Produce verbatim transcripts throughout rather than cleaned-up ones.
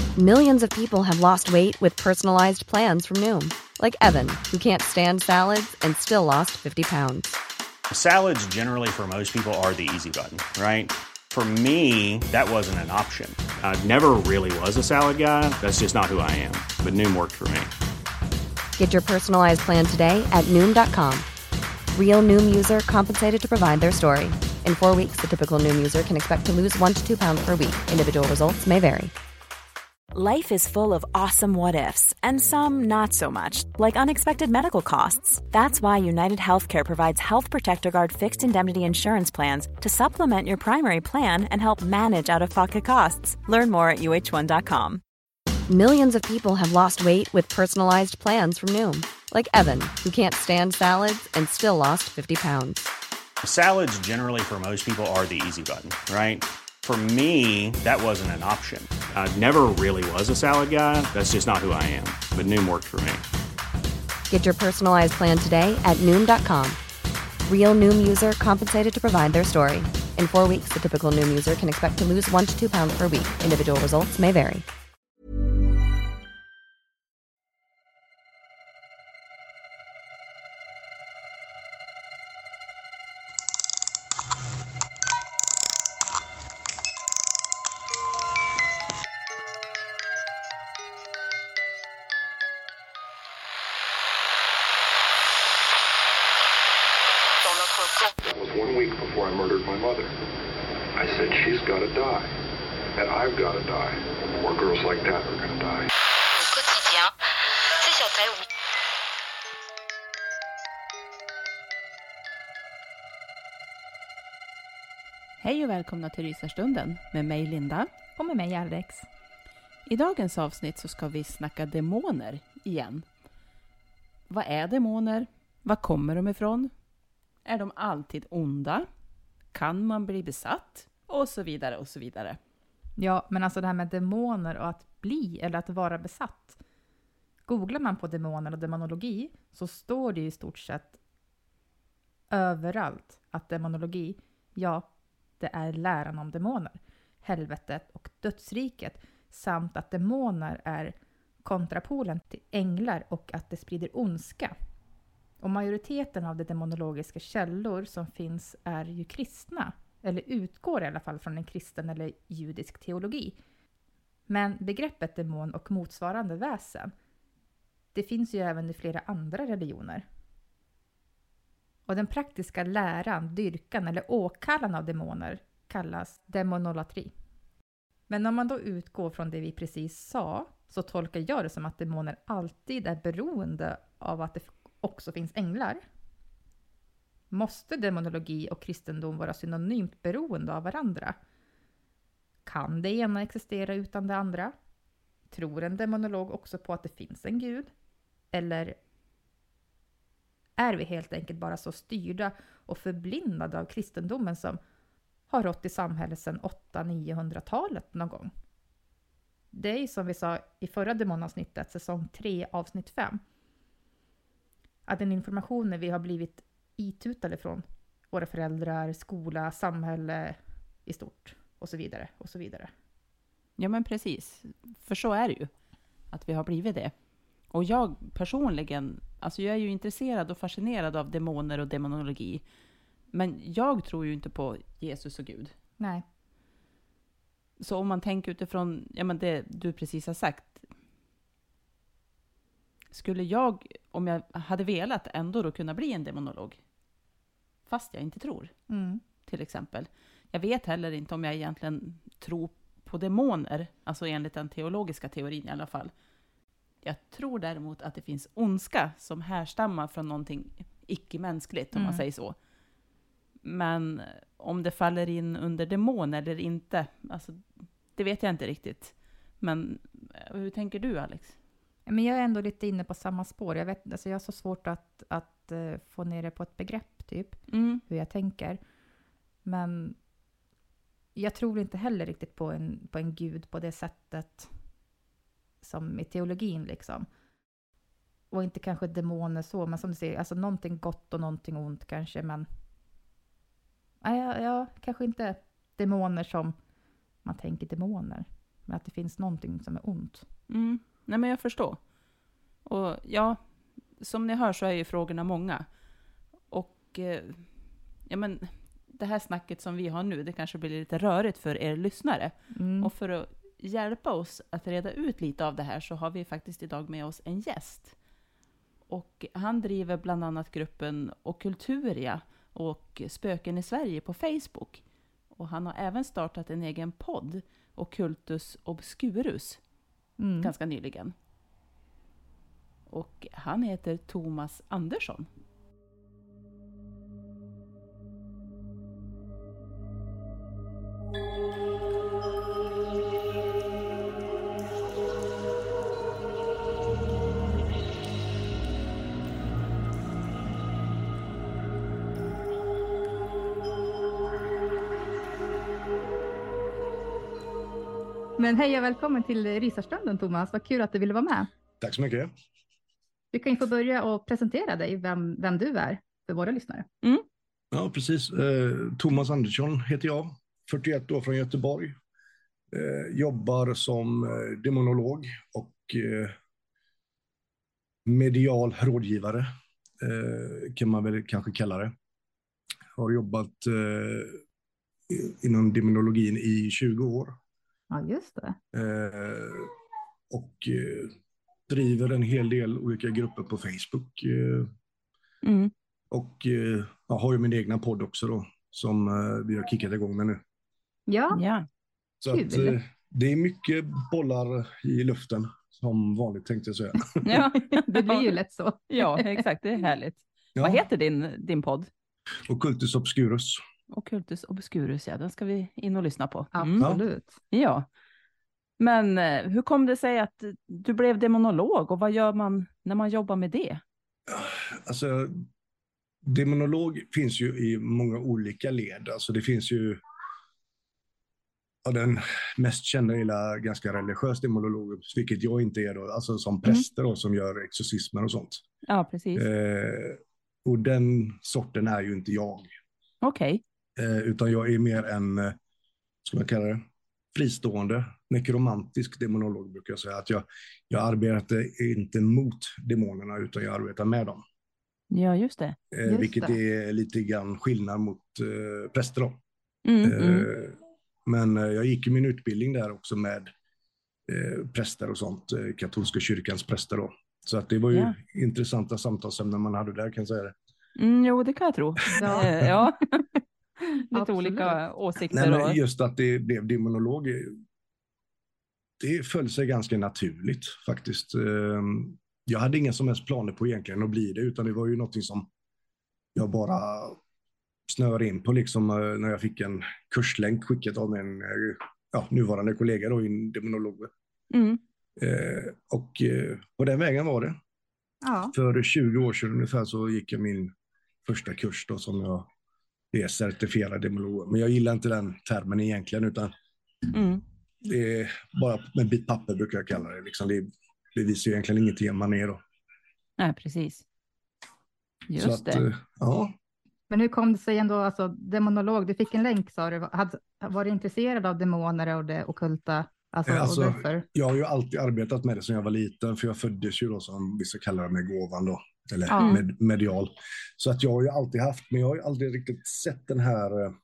Millions of people have lost weight with personalized plans from Noom. Like Evan, who can't stand salads and still lost fifty pounds. Salads generally for most people are the easy button, right? For me, that wasn't an option. I never really was a salad guy. That's just not who I am. But Noom worked for me. Get your personalized plan today at Noom dot com. Real Noom user compensated to provide their story. In four weeks, the typical Noom user can expect to lose one to two pounds per week. Individual results may vary. Life is full of awesome what-ifs, and some not so much, like unexpected medical costs. That's why United Healthcare provides Health Protector Guard fixed indemnity insurance plans to supplement your primary plan and help manage out-of-pocket costs. Learn more at U H one dot com. Millions of people have lost weight with personalized plans from Noom. Like Evan, who can't stand salads and still lost fifty pounds. Salads generally for most people are the easy button, right? For me, that wasn't an option. I never really was a salad guy. That's just not who I am. But Noom worked for me. Get your personalized plan today at Noom dot com. Real Noom user compensated to provide their story. In four weeks, the typical Noom user can expect to lose one to two pounds per week. Individual results may vary. That was one week before I murdered my mother. I said, she's got to die. And I've got to die. More girls like that are going to die. Au quotidien, c'est sur Terre. Hej och välkomna till Rysarstunden med mig Linda. Och med mig Alex. I dagens avsnitt så ska vi snacka demoner igen. Vad är demoner? Var kommer de ifrån? Är de alltid onda? Kan man bli besatt? Och så vidare och så vidare. Ja, men alltså det här med demoner och att bli eller att vara besatt. Googlar man på demoner och demonologi så står det i stort sett överallt att demonologi, ja, det är läran om demoner, helvetet och dödsriket, samt att demoner är kontrapolen till änglar och att det sprider ondska. Och majoriteten av de demonologiska källor som finns är ju kristna, eller utgår i alla fall från en kristen eller judisk teologi. Men begreppet demon och motsvarande väsen, det finns ju även i flera andra religioner. Och den praktiska läran, dyrkan eller åkallan av demoner kallas demonolatri. Men om man då utgår från det vi precis sa, så tolkar jag det som att demoner alltid är beroende av att det också finns änglar. Måste demonologi och kristendom vara synonymt beroende av varandra? Kan det ena existera utan det andra? Tror en demonolog också på att det finns en gud? Eller är vi helt enkelt bara så styrda och förblindade av kristendomen som har rått i samhället sedan åtta-niohundratalet någon gång? Det är som vi sa i förra demonavsnittet, säsong tre, avsnitt fem. Att den informationen vi har blivit itutade från våra föräldrar, skola, samhälle i stort och så vidare och så vidare. Ja, men precis. För så är det ju. Att vi har blivit det. Och jag personligen, alltså jag är ju intresserad och fascinerad av demoner och demonologi. Men jag tror ju inte på Jesus och Gud. Nej. Så om man tänker utifrån, ja, men det du precis har sagt. Skulle jag, om jag hade velat, ändå då kunna bli en demonolog? Fast jag inte tror, mm. till exempel. Jag vet heller inte om jag egentligen tror på demoner, alltså enligt den teologiska teorin i alla fall. Jag tror däremot att det finns ondska som härstammar från någonting icke-mänskligt, om mm. man säger så. Men om det faller in under demon eller inte, alltså, det vet jag inte riktigt. Men hur tänker du, Alex? Men jag är ändå lite inne på samma spår. Jag, vet, alltså jag har så svårt att, att uh, få ner det på ett begrepp, typ. Mm. Hur jag tänker. Men jag tror inte heller riktigt på en, på en gud på det sättet som i teologin, liksom. Och inte kanske demoner så, men som du säger, alltså någonting gott och någonting ont kanske, men ja, ja, kanske inte demoner som man tänker demoner. med att det finns någonting som är ont. Mm. Nej, men jag förstår. Och ja, som ni hör så är ju frågorna många. Och eh, ja, men det här snacket som vi har nu, det kanske blir lite rörigt för er lyssnare. Mm. Och för att hjälpa oss att reda ut lite av det här så har vi faktiskt idag med oss en gäst. Och han driver bland annat gruppen Ockulturia och Spöken i Sverige på Facebook. Och han har även startat en egen podd, Occultus Obscurus, Mm. ganska nyligen. Och han heter Thomas Andersson. Men hej och välkommen till Rysarstunden, Thomas. Vad kul att du ville vara med. Tack så mycket. Du kan ju få börja och presentera dig, vem, vem du är för våra lyssnare. Mm. Ja, precis. Eh, Thomas Andersson heter jag, fyrtioett år från Göteborg. Eh, jobbar som eh, demonolog och eh, medial rådgivare, eh, kan man väl kanske kalla det. Har jobbat eh, inom demonologin i tjugo år. Ja, just det. Eh, och eh, driver en hel del olika grupper på Facebook. Eh, Mm. och eh, jag har ju min egna podd också då, som eh, vi har kickat igång med nu. Ja, Ja. Så att, Kul. eh, det är mycket bollar i luften, som vanligt tänkte jag säga. Ja. det blir ju lätt så. Ja, exakt. Det är härligt. Ja. Vad heter din, din podd? Occultus Obscurus. Occultus Obscurus, ja. Den ska vi in och lyssna på. Mm. Absolut. Ja. Men eh, hur kom det sig att du blev demonolog och vad gör man när man jobbar med det? Alltså, demonolog finns ju i många olika led. Alltså det finns ju, ja, den mest kända är ganska religiös demonolog, vilket jag inte är då, alltså som präster då, som gör exorcismer och sånt. Ja, precis. Eh, och den sorten är ju inte jag. Okej. Eh, utan jag är mer en, eh, ska man kalla det, fristående, nekromantisk demonolog brukar jag säga. Att jag, jag arbetar inte mot demonerna utan jag arbetar med dem. Ja, just det. Eh, Just vilket det. är lite grann skillnad mot eh, präster då. Mm, Eh, mm. Men eh, jag gick ju min utbildning där också med eh, präster och sånt, eh, katolska kyrkans präster då. Så att det var ju Ja. intressanta samtalsämnen man hade där, kan jag säga det. Mm, jo, det kan jag tro. Ja. Eh, ja. Lite Absolut. olika åsikter. Nej, men och... just att det blev demonolog, eh, det föll sig ganska naturligt faktiskt. Eh, Jag hade inga som helst planer på egentligen att bli det, utan det var ju någonting som jag bara snör in på liksom, eh, när jag fick en kurslänk skickad av en eh, ja, nuvarande kollega då, en demonolog. Mm. Eh, och eh, på den vägen var det. Ja. För tjugo år sedan ungefär så gick jag min första kurs då, som jag är certifierad demonolog. Men jag gillar inte den termen egentligen, utan Mm. det är bara med bit papper brukar jag kalla det. Liksom det, det visar ju egentligen ingenting om man är då. Nej, precis. Just Så att, det. eh, ja. Men hur kom det sig ändå, alltså demonolog, du fick en länk sa du, hade, var du intresserad av demoner och det ockulta? Alltså, Alltså, och därför? Jag har ju alltid arbetat med det sedan jag var liten, för jag föddes ju då som vissa kallar det med gåvan då, eller Ja. med, medial. Så att jag har ju alltid haft, men jag har ju aldrig riktigt sett den här, eh,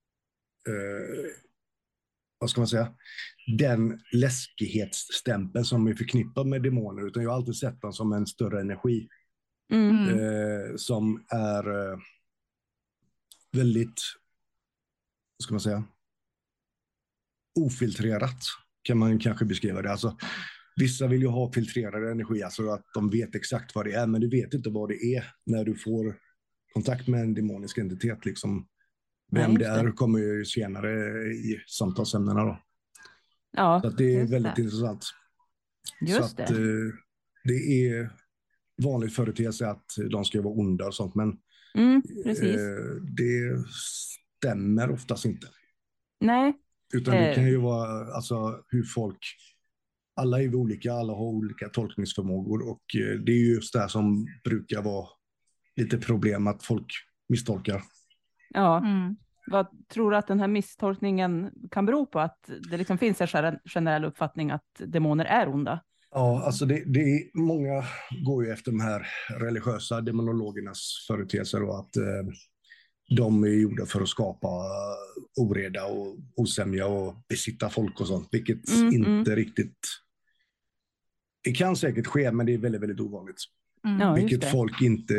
vad ska man säga, den läskighetsstämpeln som är förknippad med demoner, utan jag har alltid sett den som en större energi Mm. Mm. eh, som är eh, väldigt, vad ska man säga, ofiltrerat kan man kanske beskriva det. Alltså, vissa vill ju ha filtrerad energi, alltså att de vet exakt vad det är, men du vet inte vad det är när du får kontakt med en demonisk entitet. Liksom. Vem Nej, det just det. är kommer ju senare i samtalsämnena då. Ja, Så att det är just väldigt det. intressant. just Så att, det. eh, det är vanligt företeelse att de ska vara onda och sånt, men Mm, precis. eh, det stämmer oftast inte. Nej. Utan det Eh. kan ju vara alltså, hur folk, alla är vi olika, alla har olika tolkningsförmågor, och eh, det är just det här som brukar vara lite problem, att folk misstolkar. Ja. Mm. Vad tror du att den här misstolkningen kan bero på? Att det liksom finns en generell uppfattning att demoner är onda? Ja, alltså det, det är, många går ju efter de här religiösa demonologernas företeelser och att eh, de är gjorda för att skapa oreda och osämja och besitta folk och sånt, vilket Mm, inte mm. riktigt... Det kan säkert ske, men det är väldigt, väldigt ovanligt. Mm. Ja, just vilket det. folk inte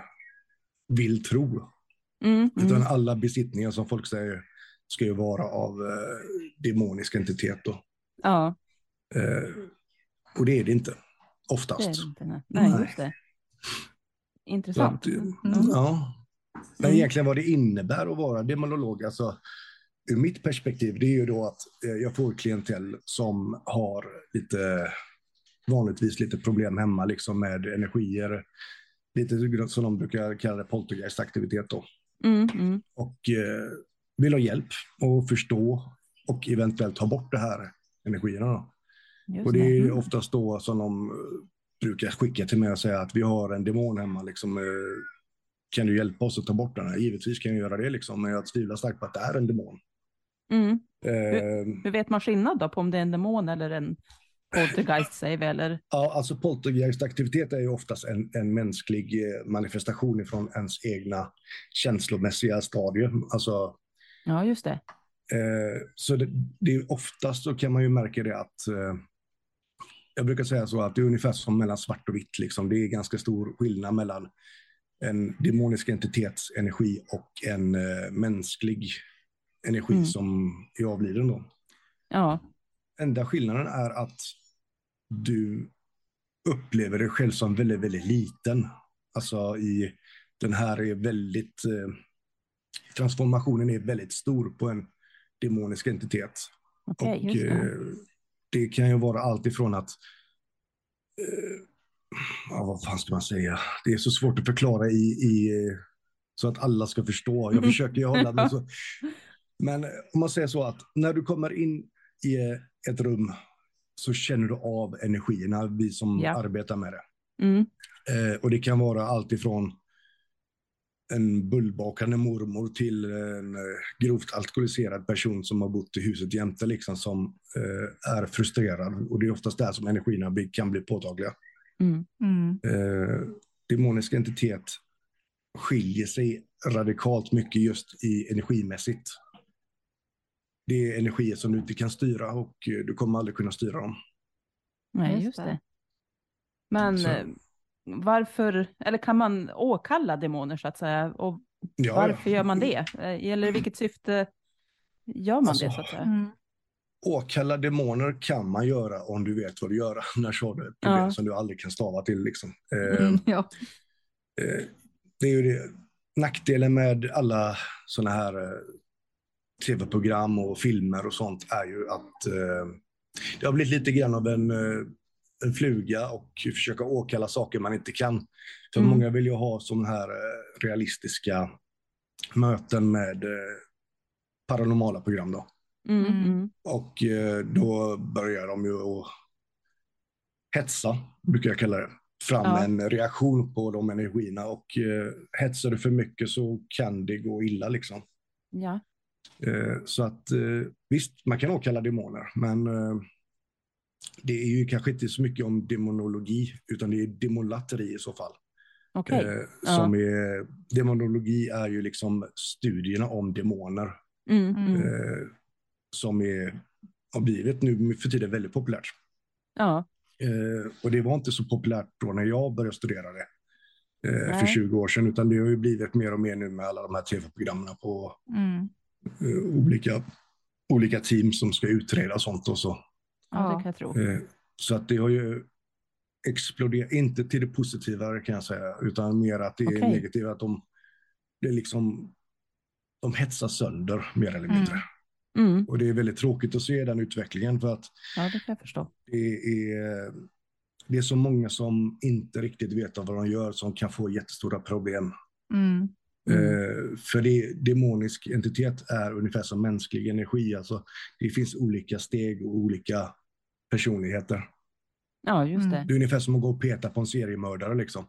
vill tro. Mm, Utan mm. alla besittningar som folk säger ska ju vara av eh, demonisk entitet då. Ja, Eh, och det är det inte, det oftast. är det inte. Nej, nej Nej. just det. Så Intressant. att, eh, Mm. ja. Men Mm. egentligen vad det innebär att vara demonolog, alltså ur mitt perspektiv, det är ju då att eh, jag får klientell som har lite, vanligtvis lite problem hemma liksom med energier, lite som de brukar kalla det poltergeistaktivitet då. Mm, mm. Och eh, vill ha hjälp och förstå och eventuellt ta bort det här energierna då. Just Och det är Mm. oftast då som de eh, brukar skicka till mig och säga att vi har en demon hemma liksom, eh, kan du hjälpa oss att ta bort den här? Givetvis kan jag göra det liksom, men jag tvivlar starkt på att det är en demon. Mm. Eh, Hur vet man skillnad då på om det är en demon eller en poltergeist, säger vi, eller? ja, alltså poltergeistaktivitet är ju oftast en, en mänsklig eh, manifestation från ens egna känslomässiga stadier. Alltså, Ja, just det. eh, så det, det är oftast så kan man ju märka det att eh, jag brukar säga så att det är ungefär som mellan svart och vitt. Liksom. Det är ganska stor skillnad mellan en demonisk entitets energi och en eh, mänsklig energi Mm. som är avliden då. Ja, Enda skillnaden är att du upplever dig själv som väldigt, väldigt liten. Alltså i den här är väldigt eh, transformationen är väldigt stor på en demonisk entitet. okej, och just det. eh, det kan ju vara allt ifrån att eh, ja, vad fan ska man säga? Det är så svårt att förklara i, i eh, så att alla ska förstå. Jag försöker ju hålla det så. Men om man säger så att när du kommer in i ett rum så känner du av energierna, vi som Ja. arbetar med det. Mm. Eh, och det kan vara allt ifrån en bullbakande mormor till en eh, grovt alkoholiserad person som har bott i huset jämte liksom, som eh, är frustrerad. Och det är oftast där som energierna bli, kan bli påtagliga. Mm. Mm. Eh, demonisk entitet skiljer sig radikalt mycket just i energimässigt. Det är energier som du inte kan styra och eh, du kommer aldrig kunna styra dem. Nej, Just just det. det. Men Så. eh, varför, eller kan man åkalla demoner så att säga? Och Ja, varför ja. gör man det? Eh, Eller i vilket syfte gör man Alltså, det så att säga? Mm. Åkalla demoner kan man göra om du vet vad du gör. Annars har du ett problem Ja. som du aldrig kan stava till. Liksom. Eh, Mm. Ja. eh, det är ju det. Nackdelen med alla sådana här eh, tv-program och filmer och sånt är ju att eh, det har blivit lite grann av en, eh, en fluga och försöka åkalla saker man inte kan. För Mm. många vill ju ha sådana här eh, realistiska möten med eh, paranormala program då. Mm. Mm. Mm. Och eh, då börjar de ju att hetsa, brukar jag kalla det, fram Ja. en reaktion på de energierna. Och eh, hetsar du för mycket så kan det gå illa liksom. Ja. Eh, så att eh, visst, man kan åkalla demoner, men eh, det är ju kanske inte så mycket om demonologi, utan det är demolateri i så fall. Okej. Eh, Ja. som är, demonologi är ju liksom studierna om demoner. Mm. Mm. Mm. Eh, som är, har blivit nu för tiden väldigt populärt. Ja. Eh, och det var inte så populärt då när jag började studera det eh, Nej. för tjugo år sedan, utan det har ju blivit mer och mer nu med alla de här tv-programmen på Mm. eh, olika, olika team som ska utreda sånt och så. Ja, det kan jag tro. Eh, så att det har ju exploderat, inte till det positiva kan jag säga, utan mer att det är Okej. negativt, att de, det är liksom, de hetsar sönder mer eller Mm. mindre. Mm. Och det är väldigt tråkigt att se den utvecklingen, för att Ja, det kan jag förstå. det är, det är så många som inte riktigt vet vad de gör som kan få jättestora problem. Mm. Mm. Eh, för det, demonisk entitet är ungefär som mänsklig energi. Alltså, det finns olika steg och olika personligheter. Ja, just Mm. det. Det är ungefär som att gå och peta på en seriemördare. Liksom.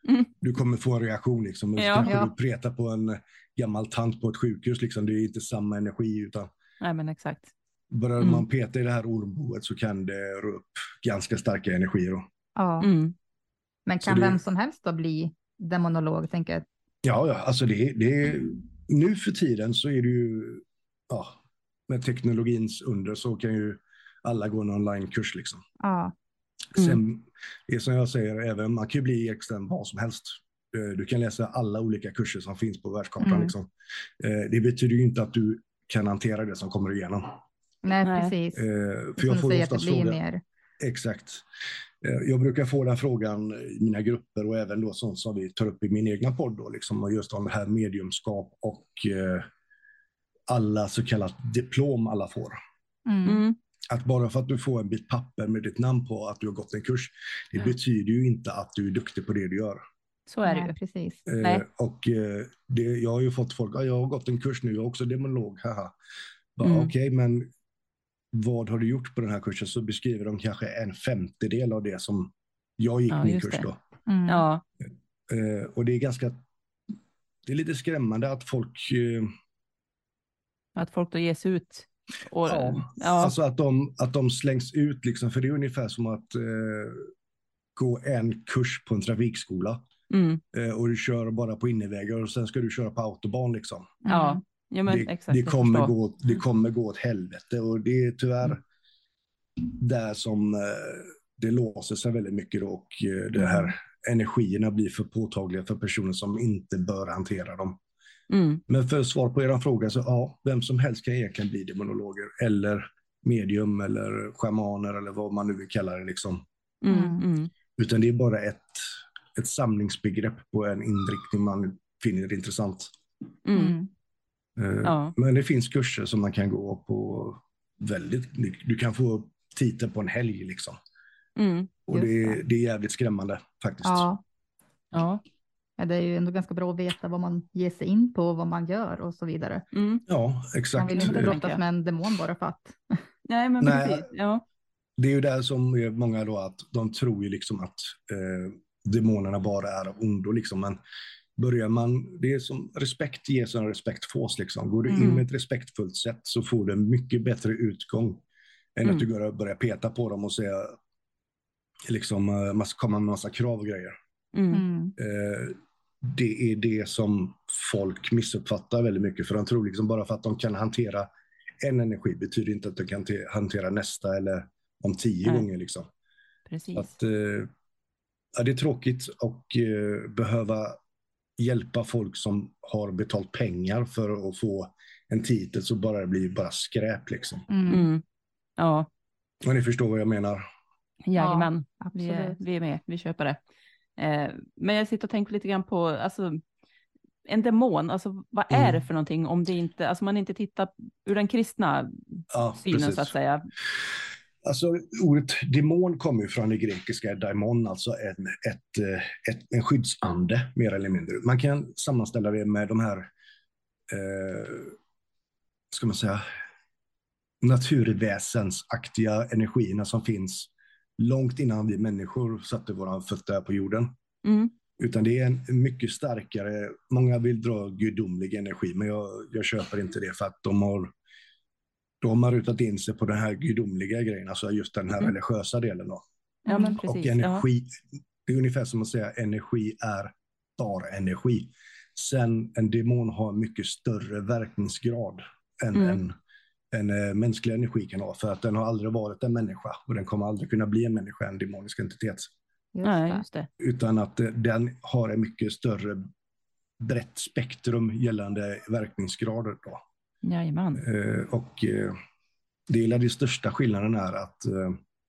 Mm. Du kommer få en reaktion liksom. Och så Ja. kanske Ja. du pretar på en gammal tant på ett sjukhus liksom. Det är inte samma energi utan Nej, men exakt. börjar Mm. man peta i det här ormboet så kan det rå upp ganska starka energier då. Ja. Mm. Men Så kan det- vem som helst då bli demonolog, tänker jag? Ja, ja, alltså det, det är, nu för tiden så är det ju, ja, med teknologins under så kan ju alla gå en onlinekurs liksom. Ja. Sen, det är som jag säger, även man kan ju bli extern vad som helst. Eh, Du kan läsa alla olika kurser som finns på världskartan. Mm. Liksom. Eh, Det betyder ju inte att du kan hantera det som kommer igenom. Nej, Nej. precis. Eh, För Som jag du får säger, att det oftast blir frågan. mer... Exakt. Eh, Jag brukar få den frågan i mina grupper och även då sånt som vi tar upp i min egna podd då, liksom, och just om det här mediumskap och eh, alla så kallat diplom alla får. Mm. Mm. Att bara för att du får en bit papper med ditt namn på att du har gått en kurs, det Ja. betyder ju inte att du är duktig på det du gör. Så är det Nej, ju. precis. Eh, Nej. och eh, det, jag har ju fått folk, ah, jag har gått en kurs nu, jag är också demonolog, haha. Bara, Mm. Okej, men vad har du gjort på den här kursen? Så beskriver de kanske en femtedel av det som jag gick Ja, min just kurs det. då. Mm. Ja. Eh, och det är ganska, det är lite skrämmande att folk, eh, Att folk då ges ut. Och, ja, ja. alltså att de, att de slängs ut liksom, för det är ungefär som att eh, gå en kurs på en trafikskola. Mm. Eh, och du kör bara på innevägar och sen ska du köra på autobahn liksom. Ja. Ja, men det, exakt. det, jag kommer förstår. gå, det kommer gå åt helvete och det är tyvärr Mm. där som eh, det låser sig väldigt mycket då, och eh, det här energierna blir för påtagliga för personer som inte bör hantera dem. Mm. Men för svar på er fråga så ja, vem som helst kan egentligen bli demonologer eller medium eller schamaner eller vad man nu vill kalla det liksom. Mm. Mm. Mm. Utan det är bara ett, ett samlingsbegrepp på en inriktning man finner intressant. Mm. Mm. Eh, Ja. Men det finns kurser som man kan gå på väldigt, du kan få titeln på en helg liksom. Mm. Och Just det, är- det. det är jävligt skrämmande faktiskt. Ja. Ja. Ja, det är ju ändå ganska bra att veta vad man ger sig in på, vad man gör och så vidare. Mm. Ja, Man exakt. vill inte Eh, brottas med en demon bara för att. Nej, men Nej. precis. Ja. Det är ju där som är många då att de tror ju liksom att eh, demonerna bara är av ondo liksom. Men börjar man, det är som respekt ges och respekt fås liksom. Går du in Mm. med ett respektfullt sätt så får du en mycket bättre utgång än Mm. att du går och börjar peta på dem och säga liksom, eh, man ska komma med massa krav och grejer. Mm. Mm. Eh, det är det som folk missuppfattar väldigt mycket, för de tror liksom bara för att de kan hantera en energi betyder inte att de kan te- hantera nästa eller om tio Nej. gånger liksom. Precis. Att, eh, ja, det är tråkigt och eh, behöva hjälpa folk som har betalt pengar för att få en titel så bara det blir bara skräp liksom. Mm. Mm. Ja. Och ni förstår vad jag menar. Jajamän. Vi är, Absolut. vi är med, vi köper det. Eh, men jag sitter och tänker lite grann på, alltså, en demon, alltså vad är Mm. det för någonting om det inte, alltså man inte tittar ur den kristna Ja, synen precis. så att säga. Alltså ordet demon kommer ju från det grekiska daimon, alltså en, ett, eh, ett, en skyddsande mer eller mindre. Man kan sammanställa det med de här, eh, ska man säga, naturväsensaktiga energierna som finns långt innan vi människor satte våra fötter på jorden. Mm. Utan det är en mycket starkare, många vill dra gudomlig energi, men jag, jag köper inte det för att de har, de har rutat in sig på den här gudomliga grejen, alltså just den här Mm. religiösa delen då. Ja, men Och precis. energi, det är ungefär som att säga energi är bara energi. Sen en demon har mycket större verkningsgrad än Mm. en, en eh, mänsklig energi kan ha, för att den har aldrig varit en människa och den kommer aldrig kunna bli en människa, en demonisk entitet. Just Ja, det. just det. Utan att eh, den har en mycket större brett spektrum gällande verkningsgrader då. Jajamän. Eh, och eh, det är den största skillnaden är att eh,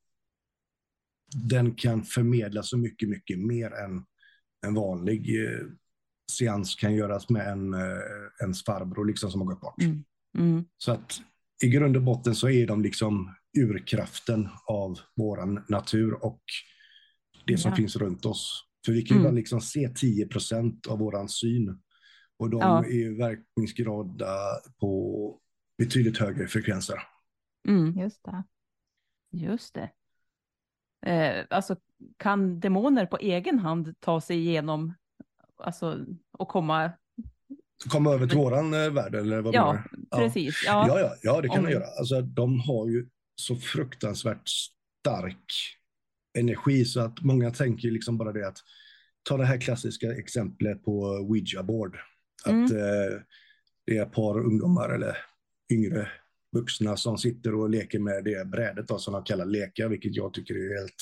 den kan förmedla så mycket, mycket mer än en vanlig eh, seans kan göras med en, eh, ens farbror liksom som har gått bort. Mm. Mm. Så att i grund och botten så är de liksom urkraften av våran natur och det som Ja. finns runt oss. För vi kan ju Mm. bara liksom se tio procent av våran syn och de Ja. är ju verkningsgrada på betydligt högre frekvenser. Mm. Just det. Just det. Eh, alltså, kan demoner på egen hand ta sig igenom alltså, och komma... Komma över till våran eh, värld, eller vad Ja, menar du? precis. Ja. Ja, Ja, ja, ja, det kan Om- man göra. Alltså, de har ju så fruktansvärt stark energi så att många tänker liksom bara det att ta det här klassiska exemplet på Ouija board. Att Mm. eh, det är ett par ungdomar eller yngre vuxna som sitter och leker med det brädet då, som de kallar leka, vilket jag tycker är helt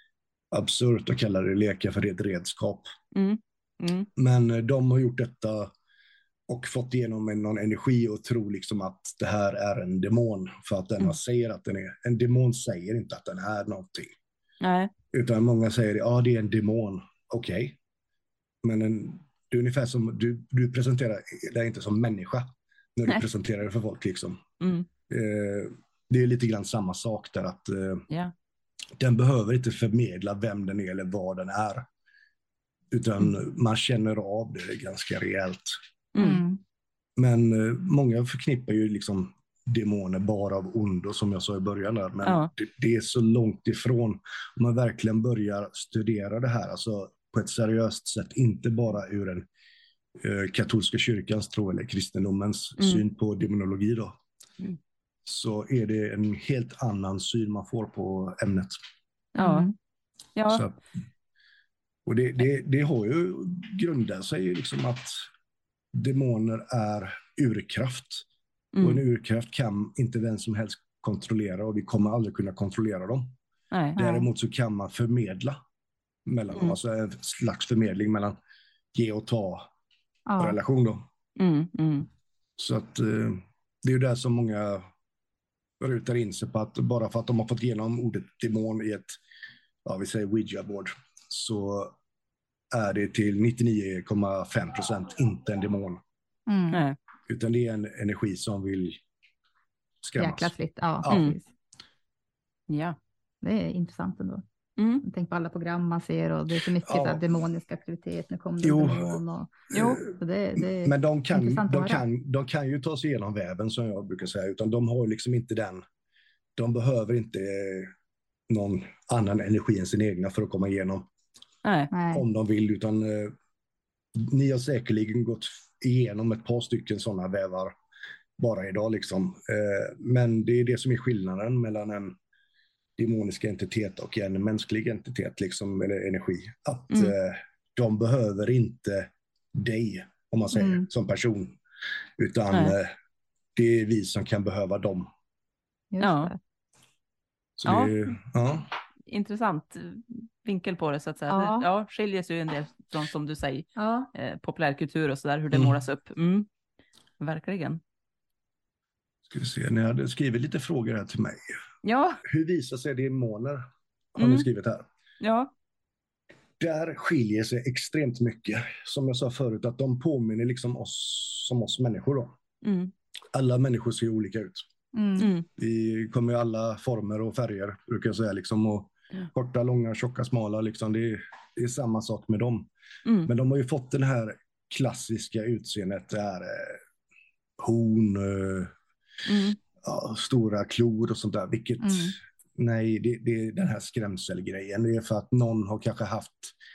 absurt att kalla det leka, för det är ett redskap. Mm. Mm. Men eh, de har gjort detta och fått igenom en, någon energi och tror liksom att det här är en demon för att den Mm. säger att den är. En demon säger inte att den är någonting. Nej. Utan många säger, ja det är en demon. Okej. Okay. Men en, det är ungefär som, du, du presenterar det inte som människa när du Nej. presenterar det för folk liksom. Mm. Eh, det är lite grann samma sak där att eh, Ja. den behöver inte förmedla vem den är eller vad den är. Utan Mm. man känner av det ganska rejält. Mm. Mm. Men eh, många förknippar ju liksom demoner bara av ondo, som jag sa i början där. Men Ja. det, det är så långt ifrån. Om man verkligen börjar studera det här, alltså på ett seriöst sätt, inte bara ur en eh, katolska kyrkans tro eller kristendomens Mm. syn på demonologi då. Mm. Så är det en helt annan syn man får på ämnet. Ja. Mm. Ja. Så, att- och det, det, det har ju grundat sig i liksom att demoner är urkraft. Mm. Och en urkraft kan inte vem som helst kontrollera, och vi kommer aldrig kunna kontrollera dem. Nej. Däremot så kan man förmedla mellan dem, Mm. alltså en slags förmedling mellan ge och ta Ja. relation då. Mm. Mm. Så att eh, det är ju där som många rutar in sig på, att bara för att de har fått igenom ordet demon i ett, ja vi säger Ouija board, så är det till nittionio komma fem procent inte en demon. Mm. Nej. Utan det är en energi som vill skrämmas. Jäkla fritt. Ja, Ja. Mm. precis. Ja. Det är intressant ändå. Mm. Tänk på alla program man ser och det är så mycket Ja. så här demonisk aktivitet. Nu kommer det Jo. en demon och... Jo. Så det, det är Men de kan, intressant att de, höra. kan, de kan ju ta sig igenom väven, som jag brukar säga, utan de har liksom inte den, de behöver inte eh, någon annan energi än sin egna för att komma igenom, Nej. Nej. om de vill, utan eh, ni har säkerligen gått igenom ett par stycken sådana vävar bara idag liksom. Eh, men det är det som är skillnaden mellan en demonisk entitet och en mänsklig entitet liksom, eller energi, att Mm. eh, de behöver inte dig, om man säger, Mm. som person, utan Nej. eh, det är vi som kan behöva dem. Just Ja. det. Så Ja. det är, ja. Intressant vinkel på det, så att säga. Ja. Det, ja, skiljer sig ju en del från, som du säger, Ja. eh, populärkultur och sådär, hur det Mm. målas upp. Mm. Verkligen. Ska vi se, ni hade skrivit lite frågor här till mig. Ja, Hur visar sig demoner? Har Mm. ni skrivit här. ja. Där skiljer sig extremt mycket. Som jag sa förut, att de påminner liksom oss som oss människor då. Mm. Alla människor ser olika ut. Mm. Mm. Vi kommer i alla former och färger, brukar jag säga. Liksom, och Ja. korta, långa, tjocka, smala. Liksom, det, är, det är samma sak med dem. Mm. Men de har ju fått den här klassiska utseendet. Det är eh, horn, eh, Mm. ja, stora klor och sånt där. Vilket, Mm. nej, det, det är den här skrämselgrejen. Det är för att någon har kanske haft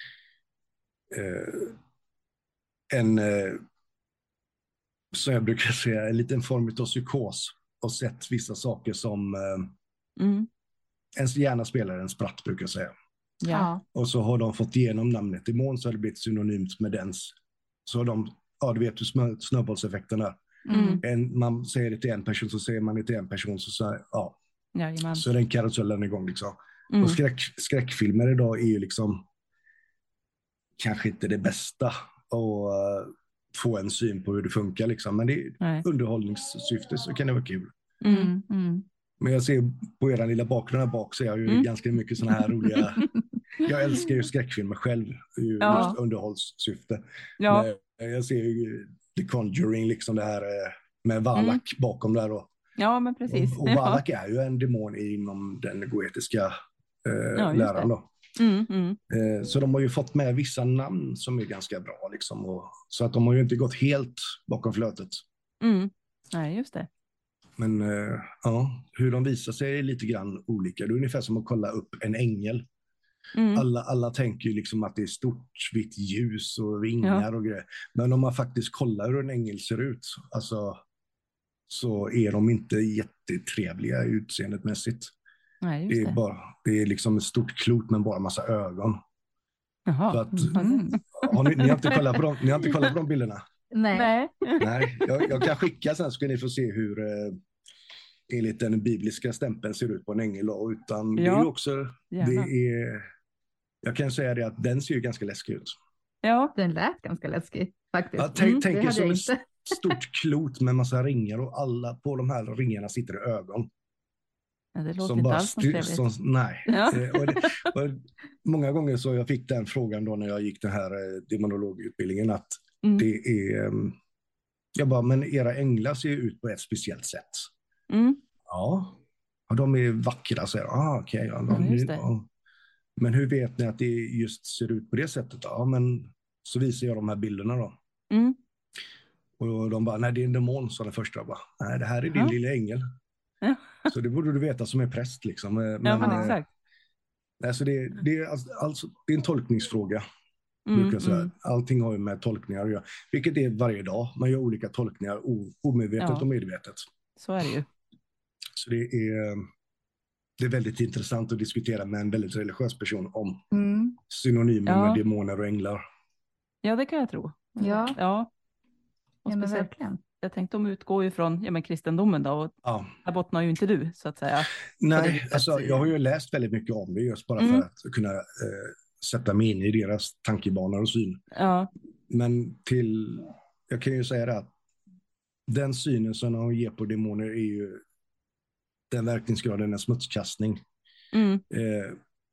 eh, en, eh, som jag brukar säga, en liten form av psykos och sett vissa saker som eh, Mm. ens hjärna spelar en spratt, brukar jag säga. Ja. Ja. Och så har de fått igenom namnet demon, så har det blivit synonymt med dens. Så har de, ja du vet hur snö, snöbollseffekten är. Mm. En, man säger det till en person, så säger man det till en person, så, så, ja, Jajamän. så är den karusellen igång liksom. Mm. Och skräck, skräckfilmer idag är ju liksom kanske inte det bästa att uh, få en syn på hur det funkar liksom. Men det är Nej. underhållningssyfte, så kan det vara kul. Mm. Mm. Mm. Men jag ser på er lilla bakgrund här bak, så är jag ju Mm. ganska mycket sådana här roliga. Jag älskar ju skräckfilmer själv, ju Ja. just underhållssyfte. Ja. Men jag ser ju The Conjuring, liksom det här eh, med Valak bakom där. Och, Ja, men precis. och, och Valak är ju en demon inom den goetiska eh, Ja, just läran det. då. Mm. Mm. Eh, så de har ju fått med vissa namn som är ganska bra liksom. Och, så att de har ju inte gått helt bakom flötet. Mm. Nej, just det. Men eh, ja, hur de visar sig är lite grann olika. Det är ungefär som att kolla upp en ängel. Mm. Alla, alla tänker ju liksom att det är stort vitt ljus och vingar Ja. och grejer. Men om man faktiskt kollar hur en ängel ser ut, alltså, så är de inte jättetrevliga utseendet mässigt. Nej, just Det är, det. bara, det är liksom ett stort klot med bara en massa ögon. Jaha. Så att, Mm. har ni, ni, har inte kollat på de, ni har inte kollat på de bilderna? Nej. Nej. Nej, jag, jag kan skicka sen så ska ni få se hur eh, enligt den bibliska stämpeln ser ut på en ängel. Och utan det är Ja, ju också, det gärna. är, jag kan säga det att den ser ju ganska läskig ut. Ja. Den lät ganska läskig faktiskt. Ja, tänk Mm, tänk det er hade som jag ett inte. stort klot med massa ringar och alla på de här ringarna sitter i ögon. Ja, det låter Som inte bara alls som styr, trevligt. som, nej. Ja. Eh, och det, och många gånger så jag fick den frågan då när jag gick den här eh, demonologutbildningen att Mm. det är, eh, jag bara, men era änglar ser ju ut på ett speciellt sätt. Mm. Ja, och de är vackra, säger jag. Ah, okej. Ja, de- Ja, just det. ja. Men hur vet ni att det just ser ut på det sättet? Ja, men så visar jag de här bilderna då. Mm. Och de bara, nej det är en demon, sa den första. Jag bara, nej det här är din Jaha. lilla ängel. Ja. Så det borde du veta som är präst liksom. Men, Ja, men eh, exakt. Alltså det, det, är, alltså, alltså, det är en tolkningsfråga. Mm, Brukar jag säga. mm. Allting har ju med tolkningar att göra. Vilket är varje dag. Man gör olika tolkningar o, omedvetet Ja. och medvetet. Så är det ju. Så det är, det är väldigt intressant att diskutera med en väldigt religiös person om Mm. synonymer Ja. med demoner och änglar. Ja, det kan jag tro. Ja. Ja. Och Ja, men speciellt, verkligen. jag tänkte de utgår ju från ja, men kristendomen då, och Ja. här bottnar ju inte du, så att säga. Nej, viset alltså, så- jag har ju läst väldigt mycket om det just bara Mm. för att kunna eh, sätta mig in i deras tankebanor och syn. Ja. Men till, jag kan ju säga det att den synen som de ger på demoner är ju den verkningsgraden en smutskastning Mm. eh,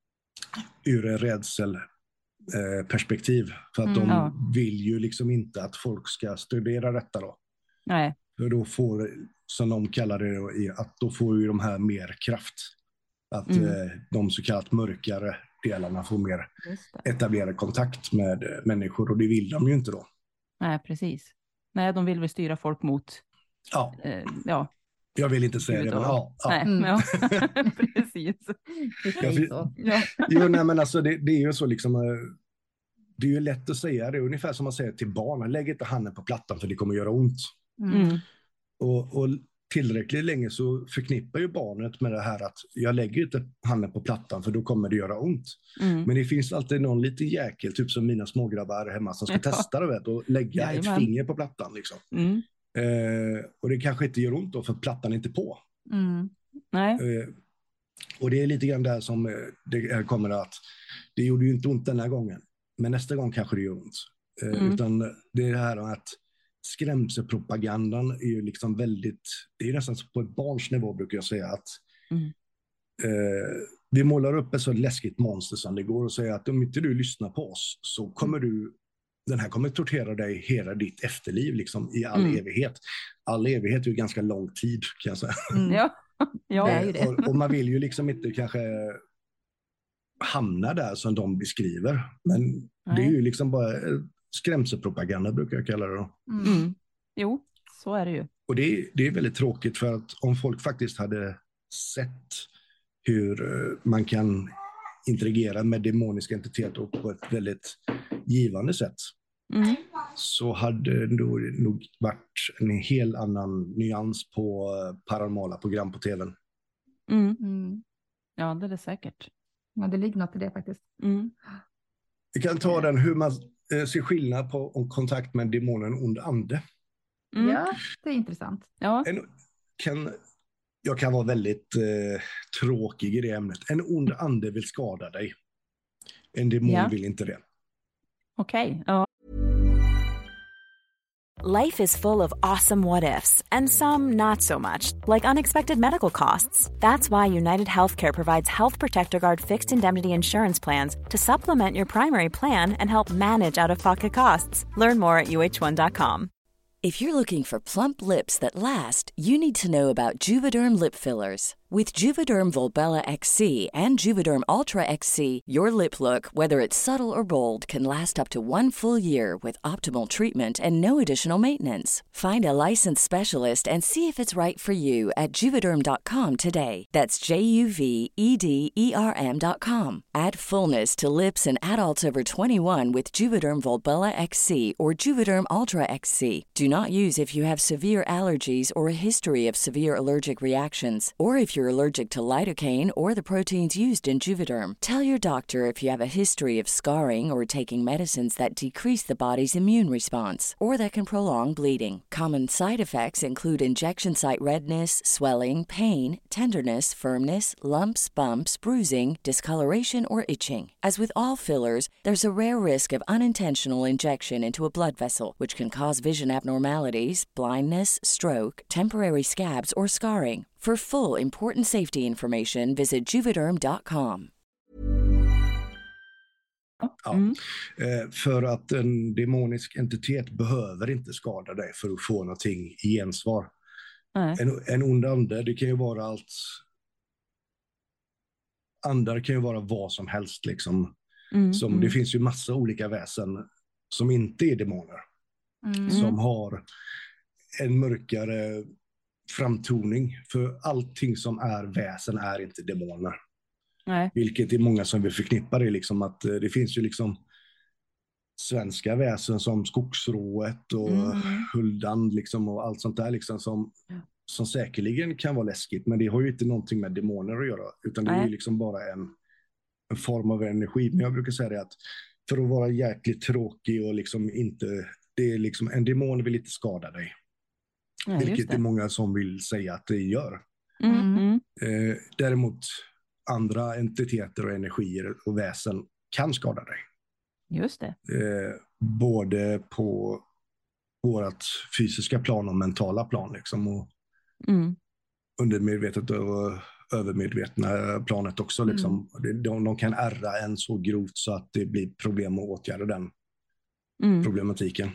ur en rädsel eh, perspektiv. För att Mm, de ja. vill ju liksom inte att folk ska studera detta då. Nej. För då får, som de kallar det, då, i att då får ju de här mer kraft. Att Mm. eh, de så kallat mörkare delarna får mer Just det. etablerad kontakt med eh, människor och det vill de ju inte då. Nej, precis. Nej, de vill väl styra folk mot, Ja, eh, ja, jag vill inte säga Gud det, men och- ja. ja. nej, Mm. men ja. precis. Vi Ja, säger vi- så. Ja. Jo, nej, men alltså det, det är ju så liksom, eh, det är ju lätt att säga det, ungefär som man säger till barn, lägg inte handen på plattan för det kommer göra ont. Mm. Och, och tillräckligt länge så förknippar ju barnet med det här att jag lägger inte handen på plattan för då kommer det göra ont. Mm. Men det finns alltid någon liten jäkel, typ som mina smågrabbar hemma som ska Ja. testa det, vet, och lägga Jajamän. ett finger på plattan. Liksom. Mm. Eh, och det kanske inte gör ont då för plattan är inte på. Mm. Nej. Eh, och det är lite grann där som eh, det här kommer att det gjorde ju inte ont den här gången, men nästa gång kanske det gör ont. Eh, Mm. Utan det är det här att skrämselpropagandan är ju liksom väldigt, det är nästan på ett barns nivå brukar jag säga att Mm. eh, vi målar upp ett så läskigt monster som det går och säger att om inte du lyssnar på oss så kommer du, den här kommer tortera dig hela ditt efterliv liksom i all Mm. evighet. All evighet är ju ganska lång tid kan jag säga. Mm. Ja. Ja. Det är ju det. Och, och man vill ju liksom inte kanske hamna där som de beskriver. Men det är Nej. ju liksom bara eh, skrämselpropaganda brukar jag kalla det då. Mm. Mm. Jo, så är det ju. Och det är, det är väldigt tråkigt för att om folk faktiskt hade sett hur eh, man kan interagera med demoniska entiteter på ett väldigt givande sätt Mm. så hade det nog, nog varit en helt annan nyans på eh, paranormala program på tvn. Mm. Mm. Ja, det är det säkert. Ja, det ligger något i det faktiskt. Mm. Vi kan ta den hur man eh, ser skillnad på om kontakt med en demon och en ond ande. Mm. Ja, det är intressant. Ja. En, kan, jag kan vara väldigt eh, tråkig i det ämnet. En ond ande vill skada dig. En demon Ja. vill inte det. Okej. Ja. Life is full of awesome what ifs, and some not so much, like unexpected medical costs. That's why United Healthcare provides Health Protector Guard fixed indemnity insurance plans to supplement your primary plan and help manage out of pocket costs. Learn more at U H one dot com. If you're looking for plump lips that last, you need to know about Juvederm lip fillers. With Juvederm Volbella X C and Juvederm Ultra X C, your lip look, whether it's subtle or bold, can last up to one full year with optimal treatment and no additional maintenance. Find a licensed specialist and see if it's right for you at juvederm dot com today. That's J U V E D E R M dot com. Add fullness to lips in adults over twenty-one with Juvederm Volbella X C or Juvederm Ultra X C. Do not use if you have severe allergies or a history of severe allergic reactions, or if you're allergic to lidocaine or the proteins used in Juvederm. Tell your doctor if you have a history of scarring or taking medicines that decrease the body's immune response or that can prolong bleeding. Common side effects include injection site redness, swelling, pain, tenderness, firmness, lumps, bumps, bruising, discoloration, or itching. As with all fillers, there's a rare risk of unintentional injection into a blood vessel, which can cause vision abnormalities, blindness, stroke, temporary scabs, or scarring. For full important safety information, visit juvederm dot com. Ja, Mm. eh, för att en demonisk entitet behöver inte skada dig för att få någonting i gensvar. Nej. En, en ond ande, det kan ju vara allt. Andar kan ju vara vad som helst liksom. Mm. Som, mm. Det finns ju massa olika väsen som inte är demoner. Mm. Som har en mörkare framtoning. För allting som är väsen är inte demoner. Nej. Vilket är många som vill förknippa det liksom, att eh, det finns ju liksom svenska väsen som skogsrået och Mm. huldan liksom, och allt sånt där liksom, som, Ja. som säkerligen kan vara läskigt, men det har ju inte någonting med demoner att göra, utan det är Nej. ju liksom bara en, en form av energi. Men jag brukar säga det att för att vara jäkligt tråkig och liksom inte, det är liksom, en demon vill inte skada dig. Ja, just Vilket det är det. många som vill säga att det gör. Mm. Mm. Eh, däremot andra entiteter och energier och väsen kan skada dig. Just det. Eh, både på vårt fysiska plan och mentala plan liksom, och Mm. undermedvetet och övermedvetna planet också liksom. Mm. de, de kan ärra en så grovt så att det blir problem att åtgärda den Mm. problematiken.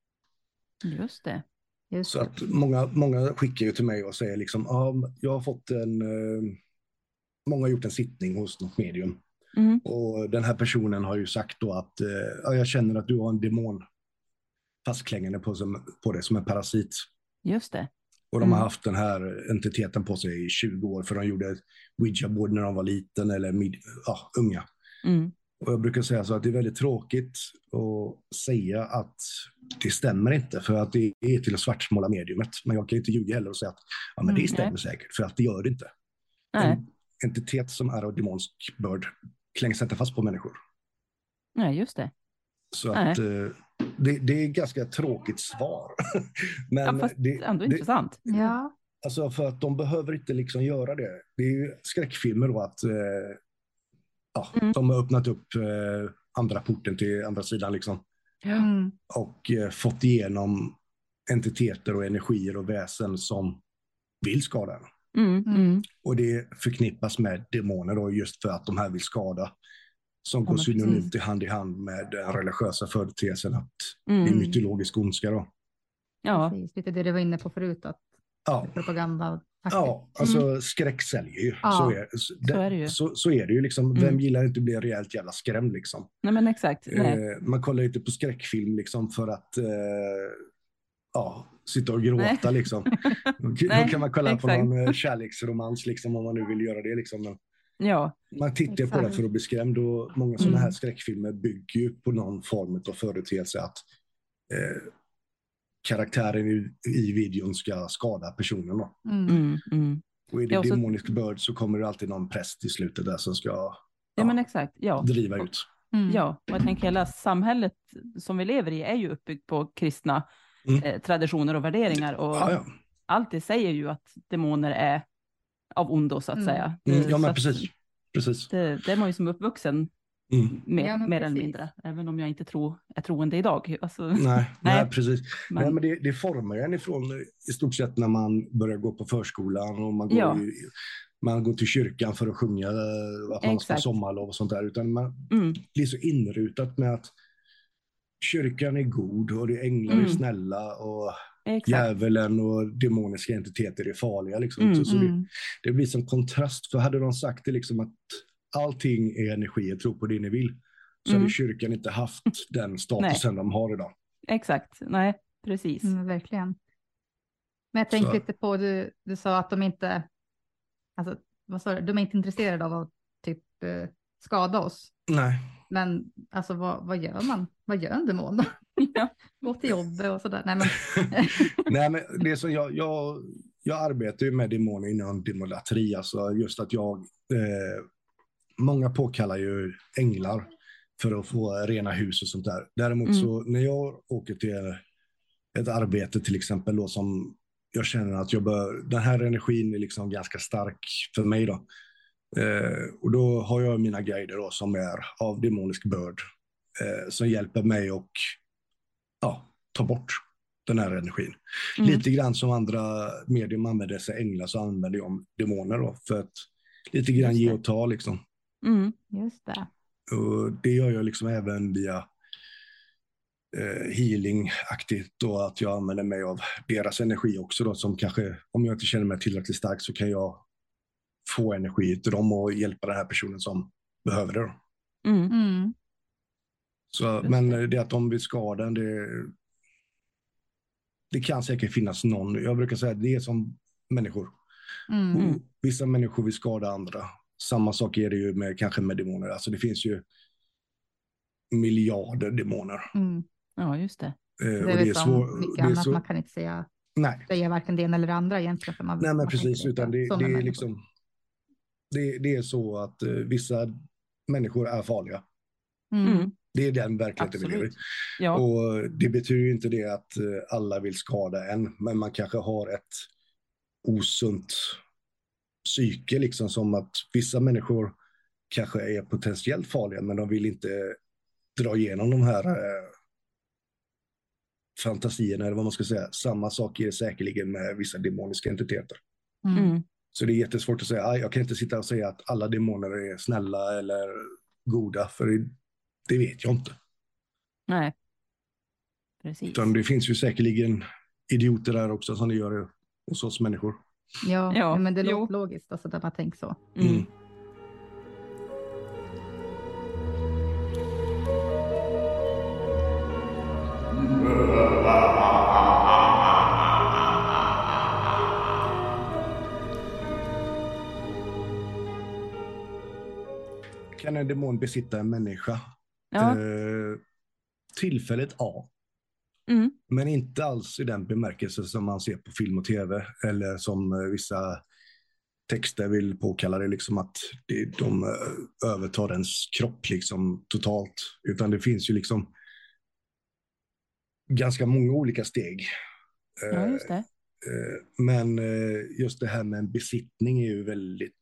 Just det. Just Så det. att många, många skickar ju till mig och säger liksom, ah, jag har fått en eh, många har gjort en sittning hos något medium. Mm. Och den här personen har ju sagt då att eh, ja, jag känner att du har en demon fastklängande på, som, på det som en parasit. Just det. Och de har Mm. haft den här entiteten på sig i tjugo år, för de gjorde ett Ouija-board när de var liten eller mid, ja, unga. Mm. Och jag brukar säga så att det är väldigt tråkigt att säga att det stämmer inte, för att det är till att svartsmåla mediumet. Men jag kan inte ljuga heller och säga att ja, men det Mm, stämmer nej. säkert, för att det gör det inte. Nej. En entitet som är av demonsk börd klängs inte fast på människor. Nej, just det. Så Nej. att eh, det, det är ett ganska tråkigt svar. Men Ja, fast det, ändå det, intressant. Ja. alltså för att de behöver inte liksom göra det. Det är ju skräckfilmer då att eh, ja, Mm. de har öppnat upp eh, andra porten till andra sidan liksom. Mm. Och eh, fått igenom entiteter och energier och väsen som vill skada en. Mm. Mm. Och det förknippas med demoner då, just för att de här vill skada. Som går men precis. synonymt i hand i hand med den religiösa företeelsen att det är Mm. mytologisk ondska då. Ja. Precis. Lite det du var inne på förut, att Ja, propaganda. ja alltså skräck säljer ju. Ja, så, är, så, så är det ju. Så, så är det ju liksom. Mm. Vem gillar inte att bli rejält jävla skrämd liksom? Nej, men exakt. Nej. Eh, man kollar inte på skräckfilm liksom för att eh, ja, sitta och gråta Nej. liksom. Då, då Nej, kan man kolla på exakt. någon eh, kärleksromans liksom, om man nu vill göra det liksom. Men Ja. man tittar på det Exakt. för att bli skrämd, och många sådana Mm. här skräckfilmer bygger ju på någon form av företeelse att eh, karaktären i, i videon ska skada personen då. Mm. Mm. Mm. Och är det Ja, och så- demonisk börd så kommer det alltid någon präst i slutet där som ska Ja, ja, men exakt. Ja. driva ut. Mm. Ja, och jag tänker hela samhället som vi lever i är ju uppbyggt på kristna Mm. eh, traditioner och värderingar. Och Ja, ja. allt det säger ju att demoner är av ondo, så att Mm. säga. Mm, Eh, ja så men att precis. precis. Det, det är man ju som uppvuxen Mm. mer, Ja, men mer eller precis. mindre. Även om jag inte tror, är troende idag. Alltså, Nej, nej. Nej. precis. Men- Nej, men det, det formar ju en ifrån i stort sett när man börjar gå på förskolan och man går, Ja. i, man går till kyrkan för att sjunga eh, att man ska Exakt. sommarlov och sånt där. Utan man mm, blir så inrutat med att kyrkan är god och det änglar är Mm. snälla och Exakt. djävulen och demoniska entiteter är farliga. Liksom. Mm, så så mm. det, det blir som kontrast. För hade de sagt det liksom att allting är energi, tro på det ni vill, så Mm. hade kyrkan inte haft den statusen de har idag. Exakt, nej, precis. Mm, verkligen. Men jag tänkte Så. lite på, du, du sa att de inte, alltså, vad sa du? De är inte intresserade av att typ eh, skada oss. Nej. Men alltså vad, vad gör man? Vad gör en demon då? Ja. Gå till jobbet och sådär. Nej men, Nej, men det som jag, jag, jag arbetar ju med demoner inom demolatri, alltså just att jag, eh, många påkallar ju änglar för att få rena hus och sånt där. Däremot Mm. så när jag åker till ett arbete till exempel då, som jag känner att jag bör, den här energin är liksom ganska stark för mig då. Eh, och då har jag mina guider då som är av demonisk börd, eh, som hjälper mig och ja, ta bort den här energin. Mm. Lite grann som andra medium använder sig änglar, så använder jag demoner då för att lite grann Just ge det. och ta liksom. Mm. just det. Och det gör jag liksom även via eh, healing-aktigt, och att jag använder mig av deras energi också då, som kanske, om jag inte känner mig tillräckligt stark, så kan jag få energi till dem och hjälpa den här personen som behöver det då. Mm. Mm. Så, Just men det. det att de vill skada, det, det kan säkert finnas någon. Jag brukar säga att det är som människor. Mm. Och vissa människor vill skada andra. Samma sak är det ju med, kanske med demoner. Alltså det finns ju miljarder demoner. Mm. Ja, just det. Eh, Det och är det väl är som svår, mycket det är annat, så, man kan inte säga, nej, säga varken det ena eller det andra egentligen. För man, nej men man precis, tänker utan det, som det en är människa. liksom det, det är så att eh, vissa människor är farliga. Mm. Mm. Det är den verkligheten vi lever i. Absolut. Ja. Och det betyder ju inte det att eh, alla vill skada en, men man kanske har ett osunt psyke, liksom, som att vissa människor kanske är potentiellt farliga, men de vill inte dra igenom de här eh, fantasierna, eller vad man ska säga. Samma sak är det säkerligen med vissa demoniska entiteter. Mm. Mm. Så det är jättesvårt att säga, "Aj, jag kan inte sitta och säga att alla demoner är snälla eller goda, för det, det vet jag inte. Nej. Precis. Utan det finns ju säkerligen idioter där också, som det gör hos oss människor. Ja, Ja, men det jo. låter logiskt alltså, där man tänker så. Mm. Mm. Kan en demon besitta en människa? Ja. Eh, tillfället, ja. Mm. Men inte alls i den bemärkelse som man ser på film och tv, eller som eh, vissa texter vill påkalla det, liksom att det, de eh, övertar ens kropp liksom totalt. Utan det finns ju liksom ganska många olika steg. Ja, just det. Eh, Men eh, just det här med en besittning är ju väldigt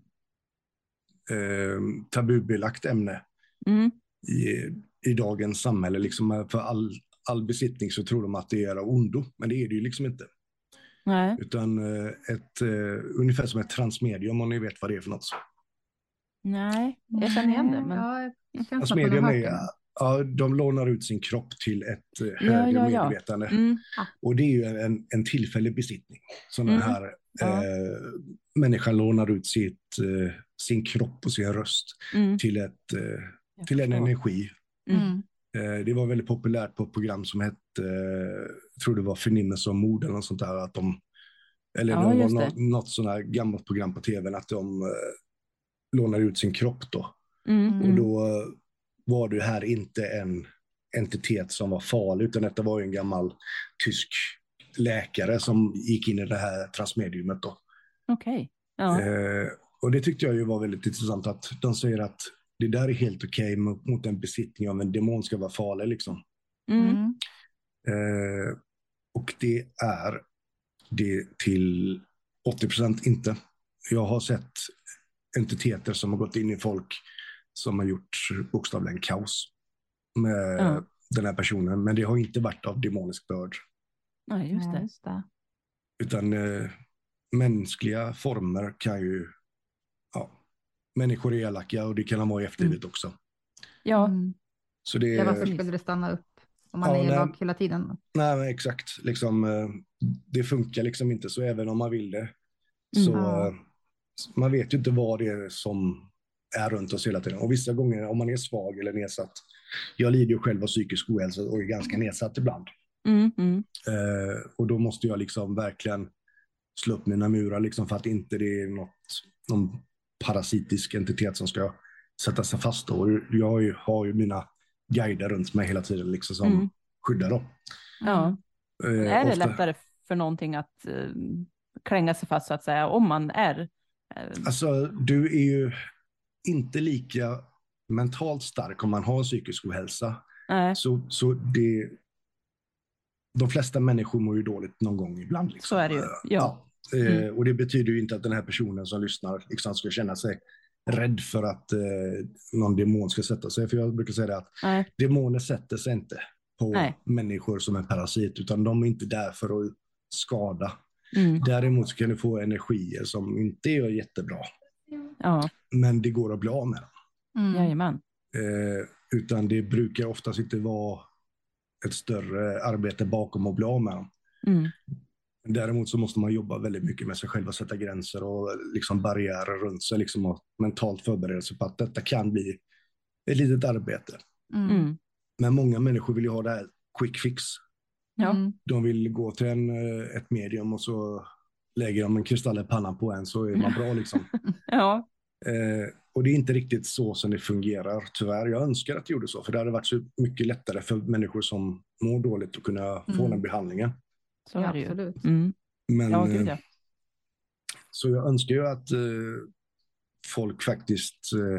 eh, tabubelagt ämne Mm. i, i dagens samhälle. Liksom, för all, all besittning så tror de att det är av ondo, men det är det ju liksom inte. Nej. Utan eh, ett, eh, ungefär som ett transmedium, om ni vet vad det är för något. Nej, jag känner igen det. Men... Ja, jag kan Transmedium är, det. ja, de lånar ut sin kropp till ett eh, Ja, högre ja, ja. medvetande. Mm. Och det är ju en, en tillfällig besittning. Så den Mm. här Ja. eh, människan lånar ut sitt, eh, sin kropp och sin röst Mm. till, ett, eh, Jag till en förstår. energi. Mm. Eh, det var väldigt populärt på ett program som hette, eh, jag tror det var Förnimmelse och mord eller något sånt där. Att de, eller Ja, det var just nå- det. något sånt här gammalt program på tv, att de eh, lånar ut sin kropp då. Mm. Och då eh, var det här inte en entitet som var farlig, utan detta var ju en gammal tysk läkare som gick in i det här transmediumet då. Okej. Ja. Eh, och det tyckte jag ju var väldigt intressant, att de säger att det där är helt okej mot, mot en besittning av en demon ska vara farlig liksom. Mm. Mm. Eh, och det är det till åttio procent inte. Jag har sett entiteter som har gått in i folk som har gjort bokstavligen kaos med Ja. den här personen, men det har inte varit av demonisk börd, Nej, just Ja, det. just det. utan eh, mänskliga former kan ju, ja, människor är elaka och det kan vara i efterlivet också. Ja. Mm. Så det Ja, varför är, skulle det stanna upp? Om man Ja, är nej. elak hela tiden. Nej, men exakt. Liksom, eh, det funkar liksom inte, så även om man vill det. Mm. Så Ja. eh, man vet ju inte vad det är som är runt oss hela tiden. Och vissa gånger om man är svag eller nedsatt. Jag lider ju själv av psykisk ohälsa och är ganska nedsatt ibland. Mm, mm. Eh, och då måste jag liksom verkligen slå upp mina murar liksom, för att inte det är något, någon parasitisk entitet som ska sätta sig fast. Då. Och jag har ju, har ju mina guider runt mig hela tiden liksom, som Mm. skyddar dem. Ja. Eh, Är det ofta- lättare för någonting att eh, klänga sig fast så att säga, om man är... Eh, Alltså, du är ju inte lika mentalt stark om man har psykisk ohälsa. nej, Så, så det... De flesta människor mår ju dåligt någon gång ibland. Liksom. Så är det ju, Eh, ja. Eh, Mm. Och det betyder ju inte att den här personen som lyssnar liksom ska känna sig rädd för att eh, någon demon ska sätta sig. För jag brukar säga det att nej, demoner sätter sig inte på Nej. människor som en parasit, utan de är inte där för att skada. mm, Däremot så kan du få energier som inte är jättebra, ja, men det går att bli av med dem. Mm. jajamän. Eh, utan det brukar oftast inte vara ett större arbete bakom att bli av med dem. Mm, Däremot så måste man jobba väldigt mycket med sig själv och sätta gränser och liksom barriärer runt sig liksom, och mentalt förbereda sig på att detta kan bli ett litet arbete. Mm. mm, Men många människor vill ju ha det här quick fix. ja, Mm. De vill gå till en, eh, ett medium och så lägger de en kristall i pannan på en, så är man bra liksom. ja, Eh, och det är inte riktigt så som det fungerar, tyvärr. Jag önskar att det gjorde så, för det hade varit så mycket lättare för människor som mår dåligt att kunna få Mm. den behandlingen. så Ja, är det ju. absolut. Mm, Men, ja, gud eh, ja. Så jag önskar ju att eh, folk faktiskt eh,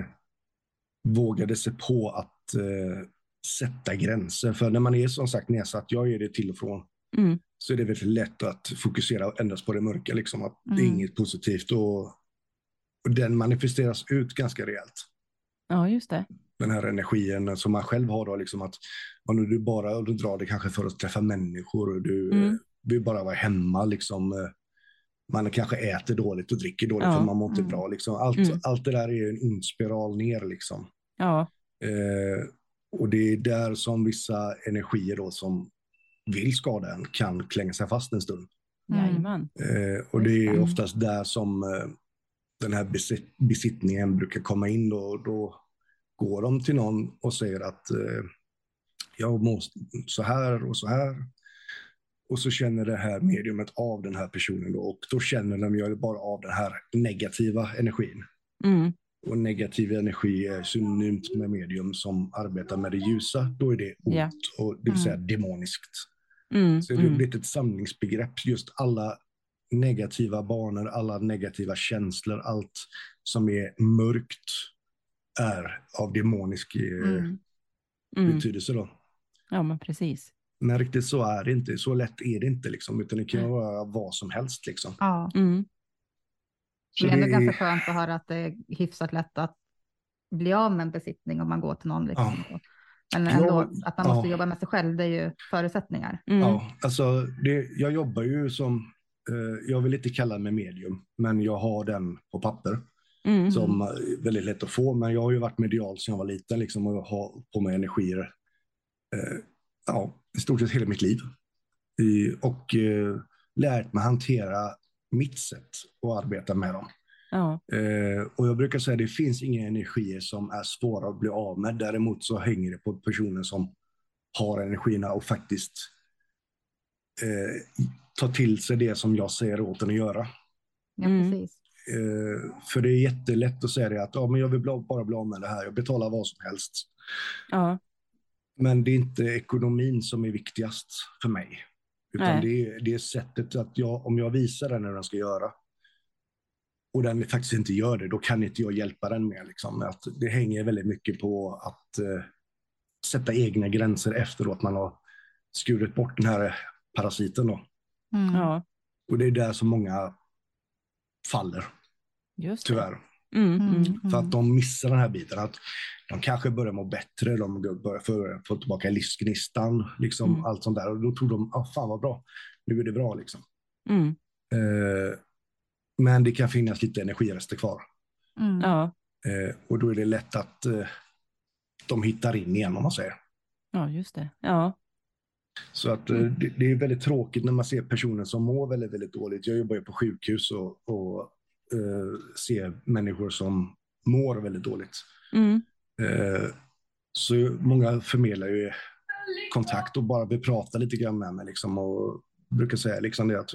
vågade sig på att eh, sätta gränser. För när man är som sagt nedsatt, jag är det till och från, Mm, så är det väldigt lätt att fokusera endast på det mörka. Liksom, att det är Mm. inget positivt. Och, och den manifesteras ut ganska rejält. ja, just det. Den här energin som man själv har då, liksom att om du bara du drar det kanske för att träffa människor och du Mm. eh, vill bara vara hemma liksom. eh, Man kanske äter dåligt och dricker dåligt Ja. för man mår inte Mm. bra. Liksom. Allt, Mm. allt det där är en ond spiral ner. Liksom. Ja, Eh, och det är där som vissa energier då, som vill skada en kan klänga sig fast en stund. Mm. jajamän. Eh, och det är Mm. oftast där som eh, den här besit- besittningen brukar komma in. Då, då går de till någon och säger att eh, jag mår så här och så här. Och så känner det här mediumet av den här personen då, och då känner de ju bara av den här negativa energin. Mm, Och negativ energi är synonymt med medium som arbetar med det ljusa. Då är det ont, Ja. och det vill säga demoniskt. mm, Så det har mm, blivit ett samlingsbegrepp, just alla negativa banor, alla negativa känslor, allt som är mörkt är av demonisk eh, Mm. mm. betydelse då. Ja, men precis. Men riktigt så är det inte. Så lätt är det inte liksom, utan det kan ju vara vad som helst liksom. Ja. Mm, Så Det är ändå det ganska är- skönt att höra att det är hyfsat lätt att bli av med en besittning om man går till någon. Liksom. Men ändå, Ja, att man måste ja. jobba med sig själv, det är ju förutsättningar. mm, Ja, alltså det, jag jobbar ju som, eh, jag vill inte kalla mig medium, men jag har den på papper mm, som är väldigt lätt att få. Men jag har ju varit medial sedan jag var liten liksom, och jag har på mig energier eh, ja, i stort sett hela mitt liv. I, och eh, lärt mig hantera mitt sätt att arbeta med dem. ja, Eh, och jag brukar säga att det finns inga energier som är svåra att bli av med. Däremot så hänger det på personen som har energierna och faktiskt eh, tar till sig det som jag säger åt den att göra. Ja, Mm. precis. Eh, för det är jättelätt att säga det att ja, men jag vill bli, bara bli av med det här. Jag betalar vad som helst. ja, Men det är inte ekonomin som är viktigast för mig. Utan Nej. det är, det är sättet att jag, om jag visar den hur den ska göra och den faktiskt inte gör det, då kan inte jag hjälpa den med. Liksom. Att det hänger väldigt mycket på att eh, sätta egna gränser efter att man har skurit bort den här parasiten. Då. Mm. ja, Och det är där som många faller, just det. tyvärr. Mm, Mm. mm, Mm. För att de missar den här biten. Att de kanske börjar må bättre, de börjar få, få tillbaka livsgnistan, liksom Mm. allt sånt där. Och då tror de, ah, fan vad bra, nu är det bra liksom. mm, Eh, men det kan finnas lite energirester kvar. Mm. ja, Eh, och då är det lätt att eh, de hittar in igen, om man säger. ja, just det. Ja, Så att eh, det, det är väldigt tråkigt när man ser personer som mår väldigt, väldigt dåligt. Jag jobbar ju på sjukhus och, och eh, ser människor som mår väldigt dåligt. Mm. Eh, så många förmedlar ju kontakt och bara vill prata lite grann med mig liksom, och brukar säga liksom det att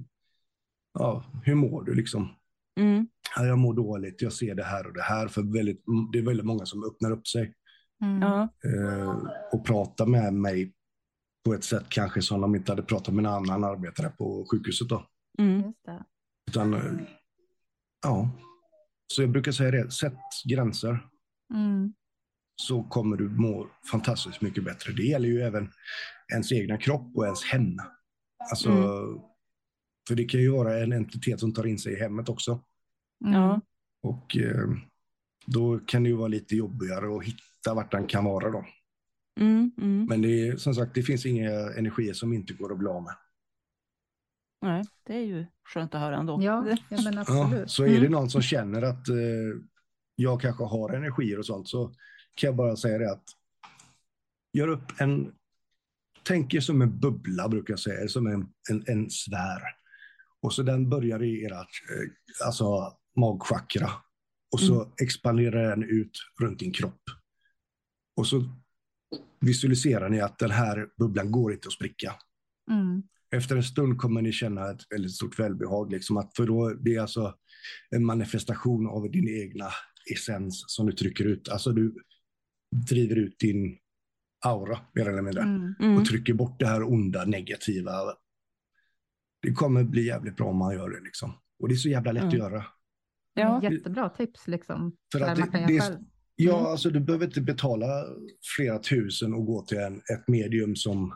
ja, hur mår du liksom? Mm. Ja, jag mår dåligt, jag ser det här och det här. För väldigt, det är väldigt många som öppnar upp sig Mm. Ja. eh, och pratar med mig på ett sätt kanske som de inte hade pratat med en annan arbetare på sjukhuset då. Mm. Just det. Utan, eh, ja. Så jag brukar säga det, sätt gränser Mm. så kommer du må fantastiskt mycket bättre. Det gäller ju även ens egna kropp och ens hem. Alltså, Mm. för det kan ju vara en entitet som tar in sig i hemmet också. Mm. Ja. Och eh, då kan det ju vara lite jobbigare att hitta vart den kan vara då. Mm. Mm. Men det är, som sagt, det finns inga energier som inte går att bli av med. Nej, det är ju skönt att höra ändå. Ja, ja, men absolut. Ja, så är det Mm. någon som känner att eh, jag kanske har energier och sånt, så kan jag bara säga det att gör upp en, tänk er som en bubbla brukar jag säga, som en, en, en sfär. Och så den börjar i ert eh, alltså magchakra. Och så Mm. expanderar den ut runt din kropp. Och så visualiserar ni att den här bubblan går inte att spricka. Mm. Efter en stund kommer ni känna ett väldigt stort välbehag. Liksom att, för då det är alltså en manifestation av din egna essens som du trycker ut. Alltså du driver ut din aura mer eller mindre. Mm. Mm. Och trycker bort det här onda, negativa. Det kommer bli jävligt bra om man gör det liksom. Och det är så jävla lätt Mm. att göra. Ja. Jättebra tips liksom. För Där att man det, kan det göra är, själv. ja, Mm. alltså du behöver inte betala flera tusen och gå till en, ett medium som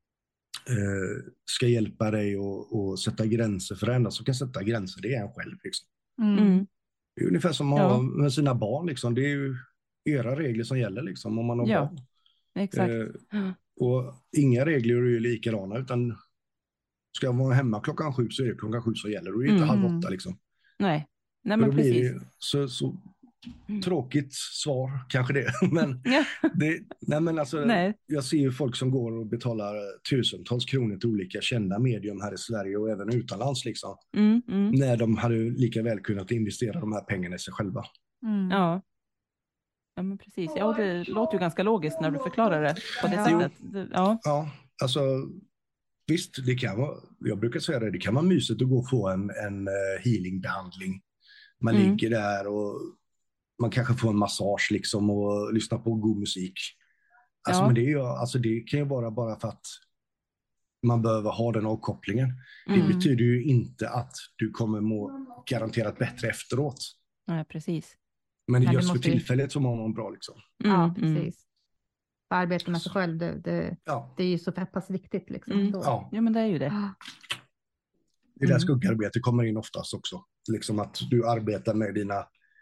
eh, ska hjälpa dig och, och sätta gränser. För det enda som kan sätta gränser, det är en själv. Liksom. Mm. Mm. Det är ungefär som att Ja. ha med sina barn. Liksom. Det är ju era regler som gäller liksom, om man har Ja. barn. Exakt. Eh, och inga regler är ju likadana, utan ska jag vara hemma klockan sju så är det klockan sju som gäller. Och det är inte Mm. halv åtta liksom. Nej. Nej, För men då blir precis. det så, så Mm. tråkigt svar, kanske det. Men, Ja. det, nej, men alltså, Nej. jag ser ju folk som går och betalar tusentals kronor till olika kända medium här i Sverige och även utomlands. Liksom, Mm. Mm. när de hade lika väl kunnat investera de här pengarna i sig själva. Mm. Ja. Ja, men precis. Ja, det låter ju ganska logiskt när du förklarar det på det Ja. sättet. Det- Ja. Ja, alltså visst, det kan vara, jag brukar säga det, det kan vara mysigt att gå och få en, en uh, healingbehandling. Man Mm. ligger där och man kanske får en massage liksom och lyssnar på god musik. Alltså, Ja. men det, är ju, alltså, det kan ju vara bara för att man behöver ha den avkopplingen. Mm. Det betyder ju inte att du kommer må garanterat bättre efteråt. Nej, precis. Men Nej, det just för måste ju- tillfället så mår man bra liksom. Mm. Ja, Mm. precis. Arbeta med sig själv, det, det, Ja, det är ju så pass viktigt liksom. Mm. Då. ja. Ja, men det är ju det. Ah. Det där Mm. skuggarbetet kommer in oftast också. Liksom att du arbetar med dina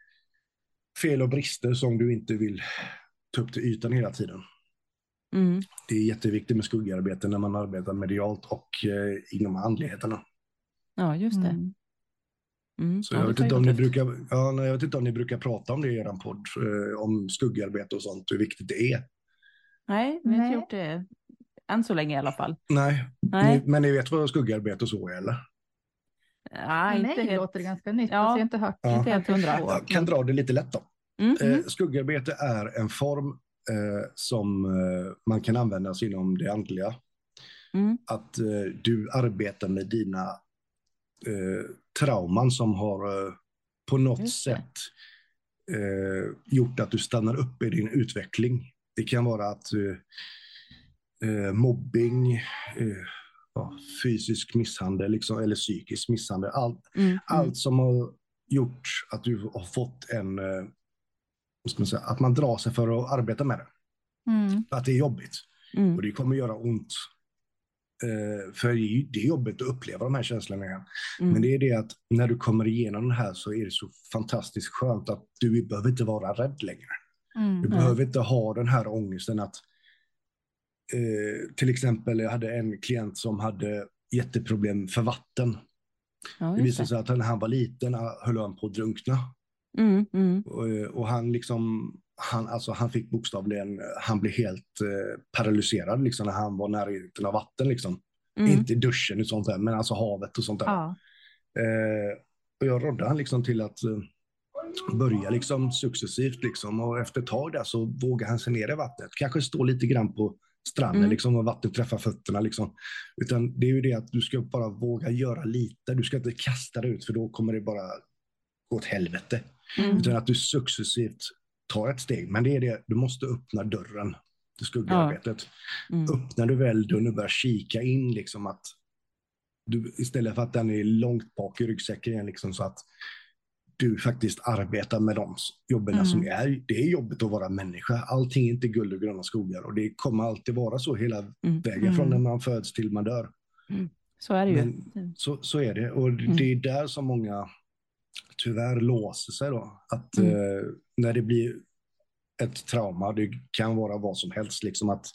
fel och brister som du inte vill ta upp till ytan hela tiden. Mm. Det är jätteviktigt med skuggarbete när man arbetar medialt och eh, inom andligheterna. Ja, just det. Mm. Mm. Så Ja, jag, det vet kan inte ju om vara ni tufft. brukar, ja, nej, jag vet inte om ni brukar prata om det i er podd, eh, om skuggarbete och sånt, hur viktigt det är. Nej, vi har Nej. inte gjort det än så länge i alla fall. Nej, Nej, Ni, men ni vet vad skuggarbete och så är, eller? Nej, För inte mig helt. låter det ganska nytt. Ja. Alltså, jag har inte hört Ja. Inte helt hundra. Jag kan dra det lite lätt då. Mm. Eh, Mm. skuggarbete är en form eh, som eh, man kan användas inom det andliga. Mm. Att eh, du arbetar med dina eh, trauman som har eh, på något Just det. sätt eh, gjort att du stannar upp i din utveckling. Det kan vara att eh, eh, mobbing, eh, ja, fysisk misshandel liksom, eller psykisk misshandel. Allt, Mm. Mm. allt som har gjort att du har fått en, eh, vad ska man säga, att man drar sig för att arbeta med det. Mm. Att det är jobbigt. Mm. Och det kommer göra ont. Eh, för det är, ju- det är jobbigt att uppleva de här känslorna igen. Mm. Men det är det att när du kommer igenom det här så är det så fantastiskt skönt att du behöver inte vara rädd längre. Mm. Du Nej. behöver inte ha den här ångesten att eh, till exempel jag hade en klient som hade jätteproblem för vatten. Ja, Det just visade det. sig att när han var liten höll han på att drunkna. Mm, mm. Och, och han liksom, han, alltså han fick bokstavligen, han blev helt eh, paralyserad liksom när han var närheten av vatten liksom. Mm. Inte i duschen och sånt där, men alltså havet och sånt där. Ja. Eh, och jag rådde han liksom till att eh, börja liksom successivt liksom, och efter ett tag där så vågar han sig ner i vattnet. Kanske stå lite grann på stranden Mm. liksom, och vattnet träffar fötterna liksom. Utan det är ju det att du ska bara våga göra lite. Du ska inte kasta det ut, för då kommer det bara gå åt helvete. Mm. Utan att du successivt tar ett steg. Men det är det, du måste öppna dörren till skuggarbetet. Ja. Mm. Öppnar du väl dörren och börjar kika in liksom, att du, istället för att den är långt bak i ryggsäcken igen, liksom, så att du faktiskt arbetar med de jobben Mm. som är. Det är jobbigt att vara människa. Allting är inte guld och gröna skogar, och det kommer alltid vara så hela Mm. vägen Mm. från när man föds till man dör. Mm. Så är det ju. Men så, så är det, och Mm. det är där som många tyvärr låser sig då. Att Mm. eh, när det blir ett trauma, det kan vara vad som helst, liksom att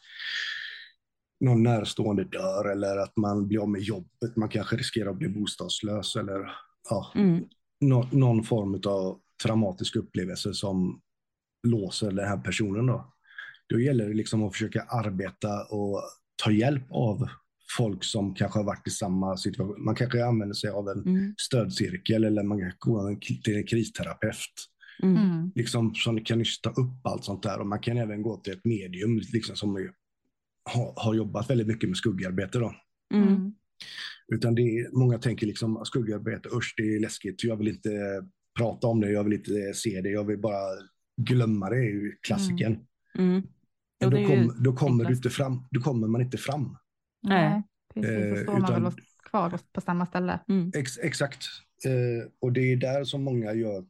någon närstående dör, eller att man blir av med jobbet, man kanske riskerar att bli bostadslös, eller ja, Mm. nå- någon form av traumatisk upplevelse som låser den här personen då. Då gäller det liksom att försöka arbeta och ta hjälp av folk som kanske har varit i samma situation. Man kanske använder sig av en Mm. stödcirkel, eller man kan gå till en kristerapeut. Mm. Mm. Liksom, som kan nysta upp allt sånt där. Och man kan även gå till ett medium liksom, som är, har, har jobbat väldigt mycket med skuggarbete då. Mm. Mm. Utan det är, många tänker liksom skuggarbete, usch det är läskigt, jag vill inte prata om det, jag vill inte se det, jag vill bara glömma det, är ju klassiken. Mm. Jo, Men det då, är ju kom, då, kommer du enklast. inte fram, då kommer man inte fram. Nej, precis. Eh, Så står man utan- väl kvar på samma ställe. Mm. Ex, exakt. Eh, och det är där som många gör.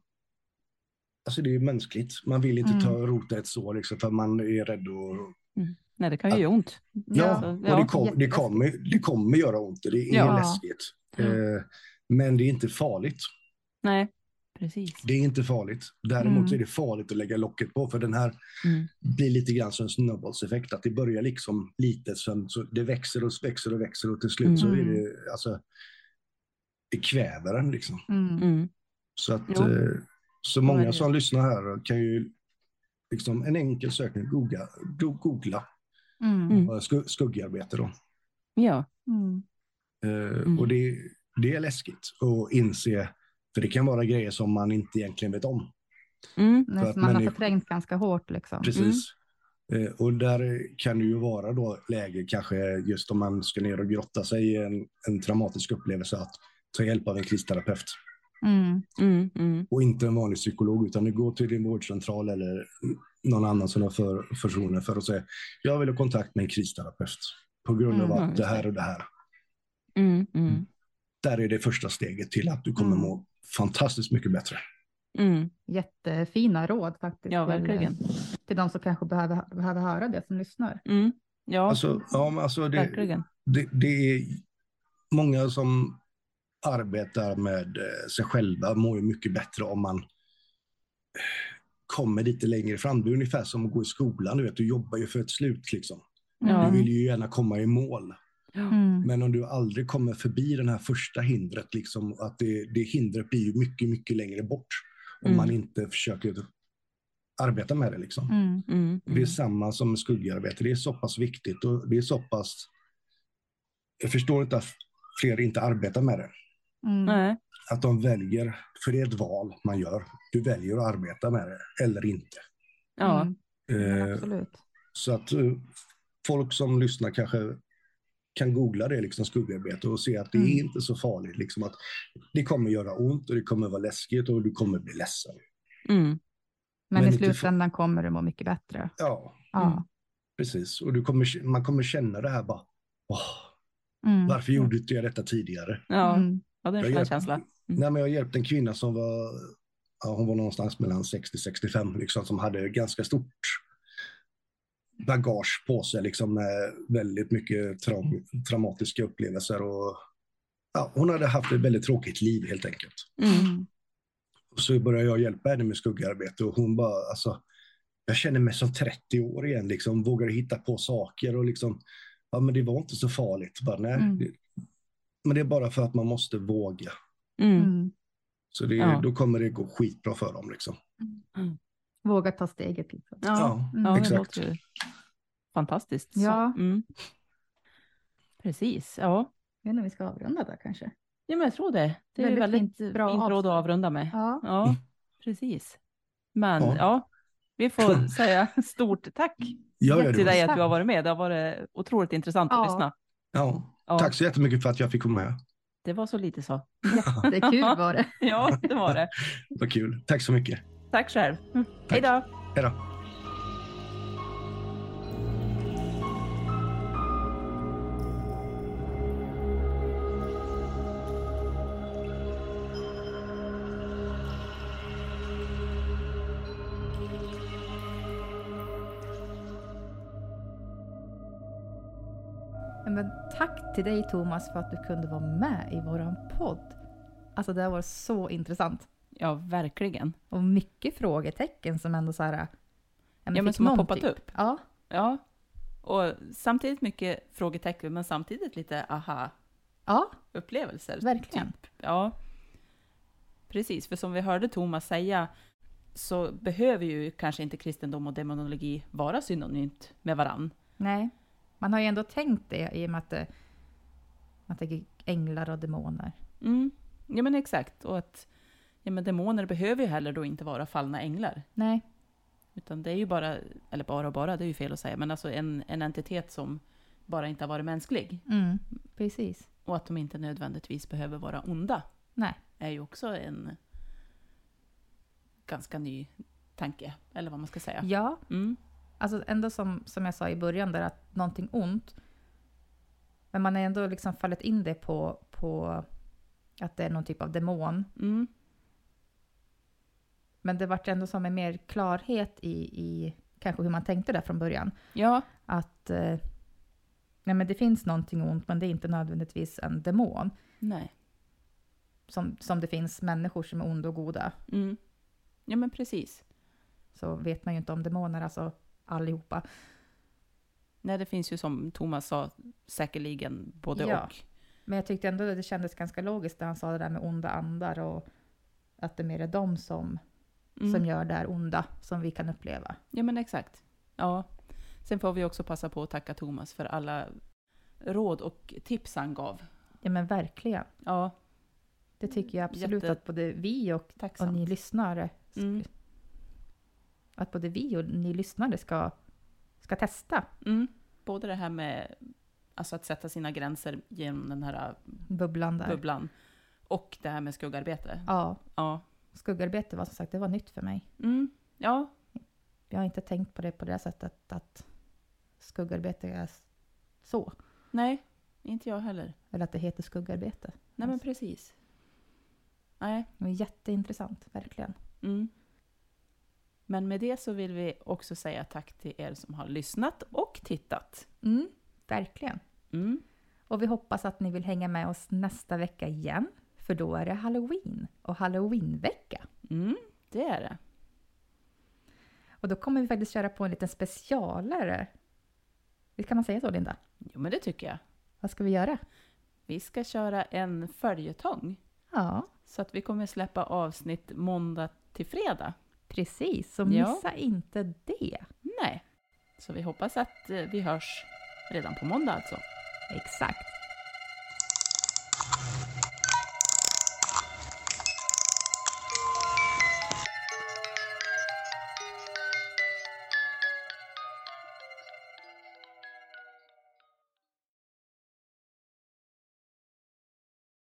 Alltså det är mänskligt. Man vill inte Mm. ta rota ett sår liksom, för man är rädd och Nej, det kan ju göra ont. ja, Alltså, och ja. det, kom, det, kommer, det kommer göra ont. Det är Ja. läskigt. Eh, men det är inte farligt. Nej, precis. Det är inte farligt. Däremot Mm. är det farligt att lägga locket på, för den här Mm. blir lite grann som en snöbollseffekt. Att det börjar liksom litet, sen så det växer och växer och växer, och till slut så är Mm. det alltså det kväver en liksom. Mm. Mm. Så att Jo. eh, så är många det. som lyssnar här kan ju liksom en enkel sökning googla, go- googla Mm. Mm. eh, sku- skuggarbete då. Ja. Mm. Eh, Mm. Och det, det är läskigt att inse, för det kan vara grejer som man inte egentligen vet om. Mm. För Nej, att som man har människor- förträngt ganska hårt liksom. Precis. Eh, och där kan det ju vara då läge, kanske just om man ska ner och grotta sig i en, en traumatisk upplevelse, att ta hjälp av en kristerapeut. Mm. Mm. Mm. Och inte en vanlig psykolog, utan du går till din vårdcentral eller någon annan som har för, personer för att säga, jag vill ha kontakt med en kristerapeut på grund av Mm, att det här och det här. Mm. Mm. Där är det första steget till att du kommer Mm. må fantastiskt mycket bättre. Mm. Jättefina råd faktiskt. Ja, till- verkligen. Till de som kanske behöver, behöver höra det, som lyssnar. Mm. Ja, Alltså, ja, men alltså det, verkligen. det, det är många som arbetar med eh, sig själva mår ju mycket bättre om man kommer lite längre fram. Det är ungefär som att gå i skolan, du vet, du jobbar ju för ett slut liksom. Ja. Du vill ju gärna komma i mål. Mm. Men om du aldrig kommer förbi den här första hindret, liksom, att det, det hindret blir ju mycket, mycket längre bort om Mm. man inte försöker arbeta med det. Liksom. Mm. Mm. Det är samma som med skuggarbete. Det är så pass viktigt och det är så pass... Jag förstår inte att fler inte arbetar med det. Mm. Nej. Att de väljer, för det är ett val man gör. Du väljer att arbeta med det eller inte. Ja. Mm. Eh, Absolut. så att eh, folk som lyssnar kanske kan googla det, liksom skuggarbete, och se att det Mm. är inte så farligt. Liksom att det kommer göra ont och det kommer vara läskigt och du kommer bli ledsen. Mm. Men, men i inte slutändan kommer du må mycket bättre. Ja, Ja. precis. Och du kommer, man kommer känna det här bara, åh, Mm. varför gjorde inte jag detta tidigare? Ja. Mm. Ja, det är en Jag skön hjälp- känsla. Mm. Nej, men jag hjälpte en kvinna som var, ja, hon var någonstans mellan sextio och sextiofem, liksom, som hade ganska stort bagage på sig, liksom, med väldigt mycket traum, traumatiska upplevelser. Och, ja, hon hade haft ett väldigt tråkigt liv helt enkelt. Mm. Och så började jag hjälpa henne med skuggarbete och hon bara, alltså, jag känner mig som trettio år igen, liksom, vågade hitta på saker och liksom, ja men det var inte så farligt. Bara, nej, Mm. det, men det är bara för att man måste våga. Mm. Mm. Så det, Ja. då kommer det gå skitbra för dem. Liksom. Mm. Våga ta steget. Liksom. Ja, Ja, ja, det exakt. låter ju fantastiskt. Så, Ja. Mm. Precis, ja. Jag vet inte om vi ska avrunda där kanske. Ja, men jag tror det. Det är Väldigt väldigt fint, fint, bra fint råd att avslut. avrunda med. Ja. Ja, precis. Men ja. Ja. vi får säga stort tack Ja, ja, till det dig var, att du har varit med. Det har varit otroligt intressant Ja. att lyssna. ja. Ja. Tack så jättemycket för att jag fick komma med. Det var så lite så. Jättekul var det. Ja, det var det. Vad kul. Tack så mycket. Tack själv. Tack. Hej då. Hej då. Men tack till dig Thomas för att du kunde vara med i våran podd. Alltså det var så intressant. Ja, verkligen. Och mycket frågetecken som ändå så här... Ja, Ja, men fick som har någon poppat typ. upp. Ja, Ja, och samtidigt mycket frågetecken, men samtidigt lite aha-upplevelser. ja verkligen. Typ. Ja, precis. För som vi hörde Thomas säga så behöver ju kanske inte kristendom och demonologi vara synonymt med varann. Nej, man har ju ändå tänkt det i och med att det, att det är änglar och demoner. Mm. Ja, men exakt. Och att ja, men demoner behöver ju heller då inte vara fallna änglar. Nej, Utan det är ju bara, eller bara och bara, det är ju fel att säga, men alltså en, en entitet som bara inte har varit mänsklig. mm, precis. Och att de inte nödvändigtvis behöver vara onda Nej, är ju också en ganska ny tanke, eller vad man ska säga. ja. Mm. Alltså ändå som, som jag sa i början där att någonting ont. Men man har ändå liksom fallit in det på, på att det är någon typ av demon. Mm. Men det vart ändå som en mer klarhet i, i kanske hur man tänkte där från början. Ja, Att eh, nej, men det finns någonting ont men det är inte nödvändigtvis en demon. nej. Som, som det finns människor som är onda och goda. Mm. Ja, men precis. Så vet man ju inte om demoner, alltså allihopa. Nej, det finns ju som Thomas sa, säkerligen både Ja. och. Men jag tyckte ändå att det kändes ganska logiskt när han sa det där med onda andar och att det mer är de som, Mm. som gör det här onda som vi kan uppleva. Ja, men exakt. Ja. Sen får vi också passa på att tacka Thomas för alla råd och tips han gav. Ja men verkligen. Ja, Det tycker jag absolut Jätte- att både vi och, och tacksamt. ni lyssnare Mm. att både vi och ni lyssnare ska, ska testa Mm. Både det här med alltså att sätta sina gränser genom den här bubblan där. bubblan och det här med skuggarbete. Ja, Ja. skuggarbete var som sagt, det var nytt för mig. Mm. Ja, Jag har inte tänkt på det på det sättet att skuggarbete är så. nej, inte jag heller. Eller att det heter skuggarbete. Nej, men precis. Nej. Det var jätteintressant, verkligen. Mm. Men med det så vill vi också säga tack till er som har lyssnat och tittat. Mm, verkligen. Mm. Och vi hoppas att ni vill hänga med oss nästa vecka igen. För då är det Halloween och Halloweenvecka. Mm, det är det. Och då kommer vi faktiskt köra på en liten specialare. Visst kan man säga så, Linda? Jo, men det tycker jag. Vad ska vi göra? Vi ska köra en följetong. Ja, Så att vi kommer släppa avsnitt måndag till fredag. precis. Så Ja. missa inte det. Nej. Så vi hoppas att eh, vi hörs redan på måndag alltså. Exakt.